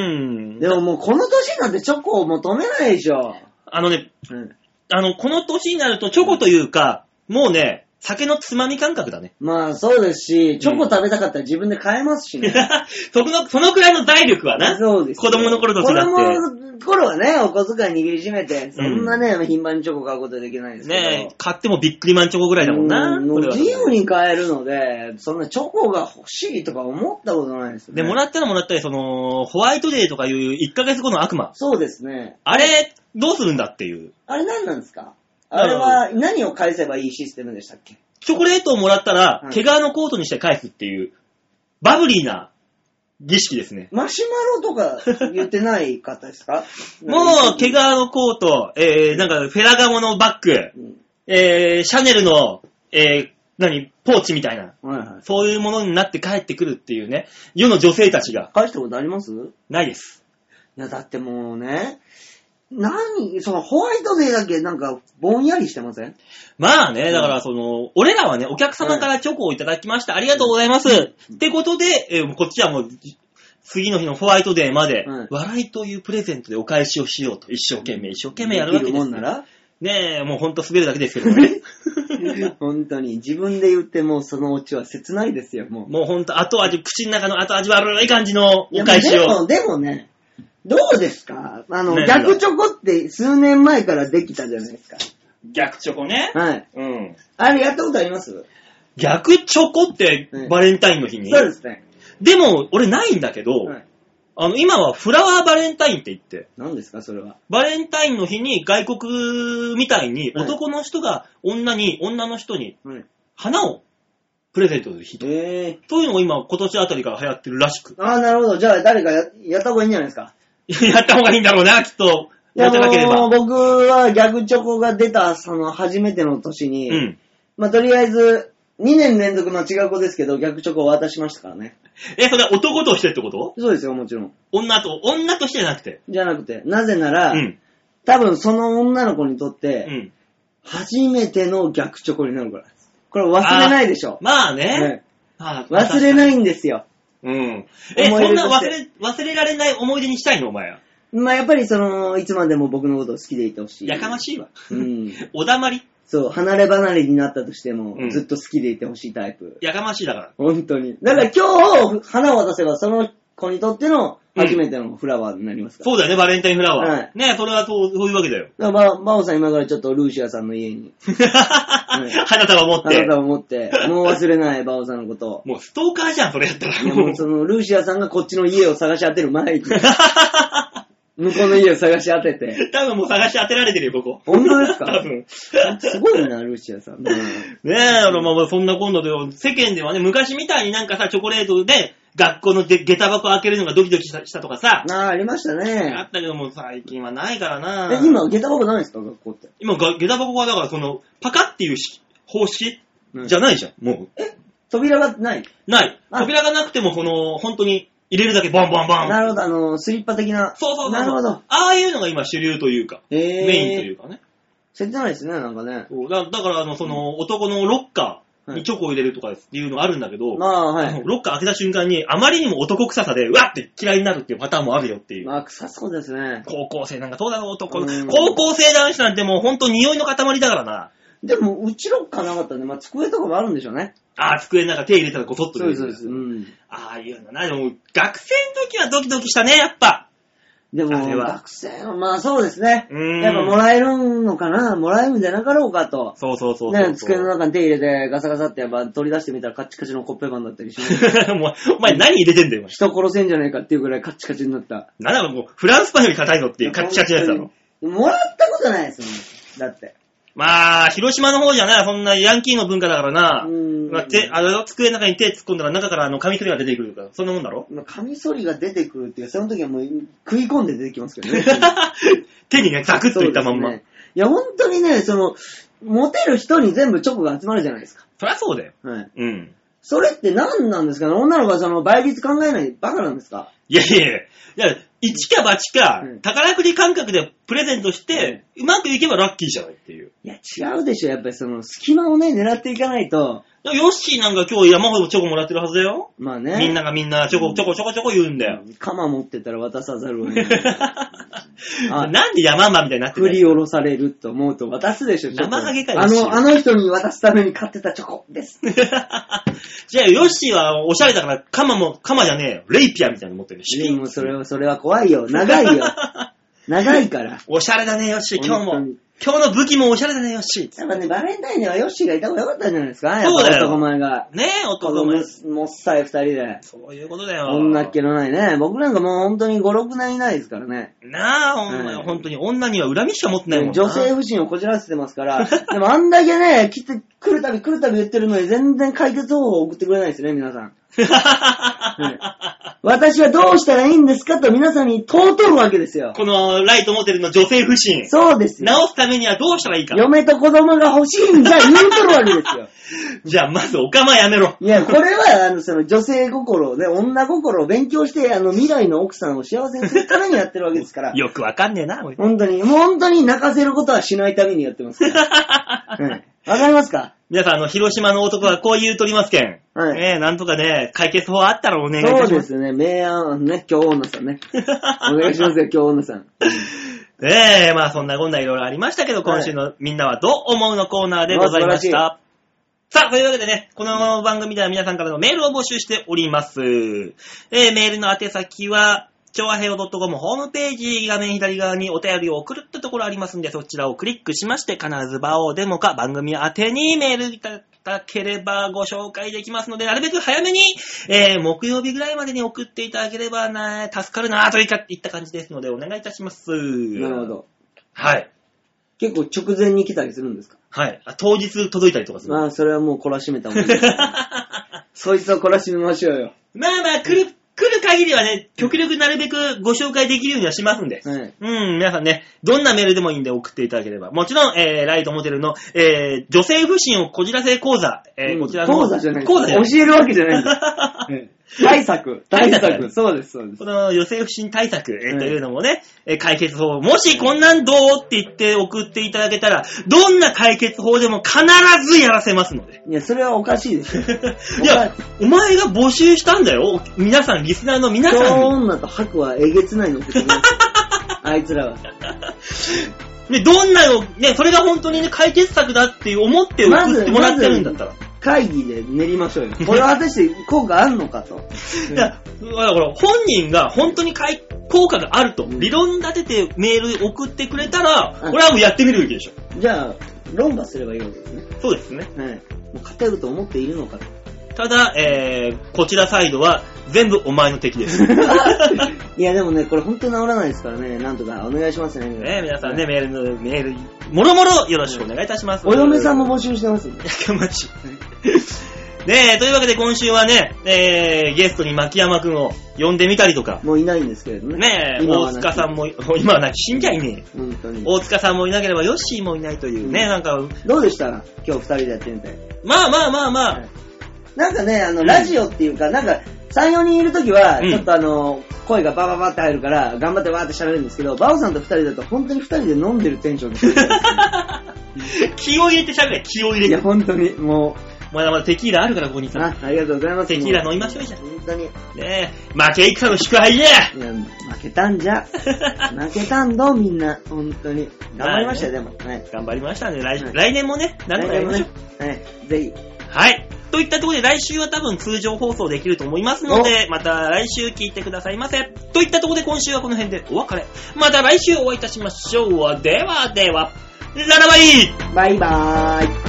S3: でももうこの年なんてチョコを求めないでしょ。
S2: あのね、
S3: うん、あ
S2: の、この年になるとチョコというか、もうね、酒のつまみ感覚だね。
S3: まあそうですし、チョコ食べたかったら自分で買えますしね。
S2: その、そのくらいの財力はな。
S3: そうです。
S2: 子供の頃と違って。
S3: 子供の頃はね、お小遣い握りしめて、そんなね、うん、頻繁にチョコ買うことはできないですけど。
S2: ねえ、買ってもびっくりマンチョコぐらいだもんな。
S3: うん、もう自由に買えるので、そんなチョコが欲しいとか思ったことないですね。
S2: で、もらったらもらったり、その、ホワイトデーとかいういっかげつごの悪魔。
S3: そうですね。
S2: あれ、どうするんだっていう。
S3: あれ何なんですか？あれは何を返せばいいシステムでしたっけ？
S2: チョコレートをもらったら、毛皮のコートにして返すっていう、バブリーな儀式ですね。
S3: マシュマロとか言ってない方ですか？
S2: もう、毛皮のコート、えー、なんか、フェラガモのバッグ、うん、えー、シャネルの、えー、何、ポーチみたいな、はいはい、そういうものになって帰ってくるっていうね、世の女性たちが。
S3: 返したことあります？
S2: ないです。
S3: いや、だってもうね、何そのホワイトデーだけなんかぼんやりしてません？
S2: まあね、だからその、うん、俺らはね、お客様からチョコをいただきました。はい、ありがとうございます。うん、ってことで、えー、こっちはもう、次の日のホワイトデーまで、はい、笑いというプレゼントでお返しをしようと、一生懸命一生懸命やるわけです。
S3: もんなら
S2: ねえ、もうほんと滑るだけですけどね。
S3: 本当に、自分で言ってもそのオチは切ないですよ、もう。
S2: もうほんと、後味、口の中の後味悪い感じのお返しを。
S3: でも、でもね、どうですか？あの、逆チョコって数年前からできたじゃないですか。
S2: 逆チョコね。
S3: はい。
S2: うん。
S3: あれやったことあります？
S2: 逆チョコってバレンタインの日に、
S3: はい、そうですね。
S2: でも、俺ないんだけど、はい、あの、今はフラワーバレンタインって言って。
S3: 何ですか、それは。
S2: バレンタインの日に外国みたいに男の人が女に、はい、女の人に花をプレゼントする日と。
S3: へー。
S2: そういうのも今、今年あたりから流行ってるらしく。
S3: ああ、なるほど。じゃあ誰か や, やった方がいいんじゃないですか。
S2: やった方がいいんだろうな、きっと。
S3: やってなければ。僕は逆チョコが出た、その初めての年に、うん、まあ、とりあえず、 にねん連続の違う子ですけど、逆チョコを渡しましたからね。
S2: え、それは男としてってこと？
S3: そうですよ、もちろん。
S2: 女と、女としてじゃなくて。
S3: じゃなくて、なぜなら、
S2: うん、
S3: 多分その女の子にとって、
S2: うん、
S3: 初めての逆チョコになるから。これ忘れないでしょ。
S2: まあね。
S3: ね忘れないんですよ。
S2: うん。え、そんな忘れ、忘れられない思い出にしたいのお前は。
S3: まあやっぱりその、いつまでも僕のことを好きでいてほしい。
S2: やかましいわ。
S3: うん。
S2: おだまり。
S3: そう、離れ離れになったとしても、うん、ずっと好きでいてほしいタイプ。
S2: やかましいだから。
S3: 本当に。だから今日、花を渡せばその子にとっての初めてのフラワーになりますから。
S2: うん、そうだよね、バレンタインフラワー。
S3: はい。
S2: ね、それはそう、そういうわけだよ。
S3: だからバ、バオさん今からちょっとルーシアさんの家に。
S2: 花束を持って。
S3: 花束を持って、もう忘れないバオさんのことを。
S2: もうストーカーじゃん、それやったら。
S3: いやもうそのルーシアさんがこっちの家を探し当てる前に。向こうの家を探し当てて。
S2: 多分もう探し当てられてるよ、ここ。
S3: 本当ですか？
S2: 多分。
S3: すごいな、ルーシアさん。ね
S2: え、あの、まあ、そんな今度で、世間ではね、昔みたいになんかさ、チョコレートで、学校の下駄箱開けるのがドキドキしたしたとかさ。
S3: ああ、ありましたね。
S2: あったけども、最近はないからな。
S3: え、今、下駄箱ないですか、学校って。
S2: 今、下駄箱はだから、その、パカっていう方式じゃないじゃん、もう。
S3: え、扉がない
S2: ない。扉がなくても、この、本当に、入れるだけバンバンバン。
S3: なるほど、あの、スリッパ的な。
S2: そうそうそう。
S3: なるほど。
S2: ああいうのが今主流というか、メインというかね。
S3: 切ないですね、なんかね。
S2: そうだ, だから、あの、その、男のロッカーにチョコを入れるとかっていうのがあるんだけど、
S3: まあ、はい。
S2: ロッカー開けた瞬間に、あまりにも男臭さで、うわって嫌いになるっていうパターンもあるよっていう。
S3: まあ、臭そうですね。
S2: 高校生なんかそうだろ、男。高校生男子なんてもうほんと匂いの塊だからな。
S3: でも、うちロッカーなかったんで、まあ、机とかもあるんでしょうね。
S2: ああ、机の中手入れたらこそっと。
S3: そうです、そうです。うん。
S2: ああいうのな。でも、学生の時はドキドキしたね、やっぱ。
S3: でも、学生の、まあそうですね。やっぱもらえるのかな、もらえるんじゃなかろうかと。
S2: そうそうそうそう。
S3: ね、机の中に手入れてガサガサってやっぱ取り出してみたらカッチカチのコッペパンだったりし
S2: もうお前何入れてんだよ、
S3: 人殺せんじゃないかっていうぐらいカッチカチになった。
S2: なんだろ、もうフランスパンより硬いのっていうカッチカチのやつだろ。
S3: もらったことないですもん。だって。
S2: まあ、広島の方じゃない、そんなヤンキーの文化だからな。うん。まあ、手、あの、机の中に手突っ込んだら中からあの、カミソリが出てくるとか、そんなもんだろ？
S3: カミソリが出てくるっていう、その時はもう食い込んで出てきますけどね。
S2: 手にね、ザクッといったまんま。
S3: ね、いや、本当にね、その、モテる人に全部チョコが集まるじゃないですか。
S2: そりゃそうだよ。
S3: はい。
S2: うん。
S3: それって何なんですかね？女の子はその倍率考えないバカなんですか？
S2: いやいやいや、いや、一か八か、うん、宝くじ感覚でプレゼントして、うん、うまくいけばラッキーじゃないっていう。
S3: いや、違うでしょ。やっぱりその、隙間をね、狙っていかないと。
S2: ヨッシーなんか今日山ほどチョコもらってるはずだよ。
S3: まあね。
S2: みんながみんなチョコ、ちょこちょこちょこ言うんだよ。
S3: 鎌持ってたら渡さざるを得ない。
S2: あ、なんで山マみたいになってる
S3: 振り下ろされると思うと渡すでしょ、
S2: 生ハゲかよ。
S3: あの、あの人に渡すために買ってたチョコです。
S2: じゃあ、ヨッシーはおしゃれだから、鎌も、鎌じゃねえよ。レイピアみたいなの持ってるし。
S3: でもそれは、それは怖いよ。長いよ。長いから。
S2: おしゃれだね、ヨッシー、今日も。今日の武器もおしゃれだね、ヨッシー。
S3: やっぱね、バレンタインではヨッシーがいた方がよかったんじゃないですか？
S2: そうだよ。
S3: 男前が。
S2: ねえ、男前。
S3: もっさい二人で。
S2: そういうことだよ。
S3: 女っ気のないね。僕なんかもう本当にご、ろくねんいないですからね。
S2: なあ、ほんま、はい、本当に女には恨みしか持ってないもんな。
S3: 女性不信をこじらせてますから。でもあんだけね、来て、来るたび来るたび言ってるのに全然解決方法を送ってくれないですね、皆さん。はい、私はどうしたらいいんですかと皆さんに問うとるわけですよ。
S2: このライトモデルの女性不信。
S3: そうですよ。
S2: 直すためにはどうしたらいいか。
S3: 嫁と子供が欲しいんじゃ言うとるわけですよ。
S2: じゃあまずおかまやめろ。
S3: いや、これはあのその女性心をね、女心を勉強してあの未来の奥さんを幸せにするためにやってるわけですから。
S2: よくわかんねえな。
S3: 本当に、もう本当に泣かせることはしないためにやってますから。はい。わかりますか？
S2: 皆さん、あの、広島の男はこう言うとりますけん。はい。ええー、なんとかね、解決法あったらお願いします。
S3: そうですね、明暗ね、今日女さんね。お願いしますよ、今日女さん。
S2: ええー、まあそんなこんないろいろありましたけど、今週のみんなはどう思うのコーナーでございました。さあ、というわけでね、この番組では皆さんからのメールを募集しております。えー、メールの宛先は、ちょわへよ .com ホームページ画面左側にお便りを送るってところありますんで、そちらをクリックしまして、必ず場をデモか番組宛てにメールいただければご紹介できますので、なるべく早めに、えー、木曜日ぐらいまでに送っていただければな、助かるなといった感じですので、お願いいたします。
S3: なるほど。
S2: はい。
S3: 結構直前に来たりするんですか？
S2: はい。あ、当日届いたりとかする。
S3: まあ、それはもう懲らしめたもんです。そいつを懲らしめましょうよ。
S2: まあまあ、来る、 来る限りはね、極力なるべくご紹介できるようにはしますんで。
S3: はい、
S2: うん、皆さんね、どんなメールでもいいんで送っていただければ。もちろん、えー、ライトモデルの、えー、女性不信をこじらせ講座。えー、
S3: うん、
S2: こちらの。
S3: 講座じゃない。
S2: 講座じゃない。
S3: 教えるわけじゃないんだ。対策。対策。そうです、そうです。
S2: この女性不信対策、えー、というのもね、えー、解決法。もしこんなんどうって言って送っていただけたら、どんな解決法でも必ずやらせますので。
S3: いや、それはおかしいでしょ。
S2: いや、お前が募集したんだよ。皆さん、リスナーの皆さんに。
S3: 今日女と白はえげつないのって言ってますあいつらは。
S2: ね、どんなの、ね、それが本当にね、解決策だって思って送ってもらってるんだったら。
S3: 会議で練りましょうよ。これは果たして効果あるのかと。
S2: いや、だから本人が本当に効果があると、理論立ててメール送ってくれたら、これはもうやってみるべきでしょ。
S3: じゃあ、論破すればいいわけですね。
S2: そうですね。
S3: はい。もう勝てると思っているのかと。
S2: ただ、えー、こちらサイドは全部お前の敵です。
S3: いやでもね、これ本当に治らないですからね、なんとかお願いしますね。
S2: ね、皆さんね、メールの、メール、もろもろよろしくお願いいたします。
S3: お嫁さんも募集してますんで。
S2: やかましい。ねえ、というわけで今週はね、えー、ゲストに牧山くんを呼んでみたりとか。
S3: もういないんですけれどね。
S2: ねえ、大塚さんも、今はなき死んじゃいねえ。
S3: 本当に。
S2: 大塚さんもいなければヨッシーもいないというね、うん、なんか。
S3: どうでした今日二人でやってみて。
S2: まあまあまあまあ。
S3: はい、なんかね、あの、ラジオっていうか、うん、なんか、さん、よにんいるときは、ちょっとあの、うん、声がバババって入るから、頑張ってわーって喋るんですけど、バオさんと二人だと本当に二人で飲んでるテンションで喋る。
S2: 気を入れて喋れ、気を入れて。
S3: いや、本当に、もう。
S2: まだまだテキーラあるから、ここにさ。
S3: あ、ありがとうございます。
S2: テキーラ飲みましょうじゃん。
S3: 本当に。
S2: ねえ、負け戦の宿杯じゃ。い
S3: や、負けたんじゃ。負けたんだ、みんな。本当に。頑張りましたよ、でも。はい。
S2: 頑張りましたね。来, 来年もね、なんとかやりましょう。
S3: はい。ぜひ。
S2: はい。といったところで来週は多分通常放送できると思いますので、また来週聞いてくださいませ。といったところで今週はこの辺でお別れ。また来週お会いいたしましょう。ではでは、ララバイ
S3: バイバーイ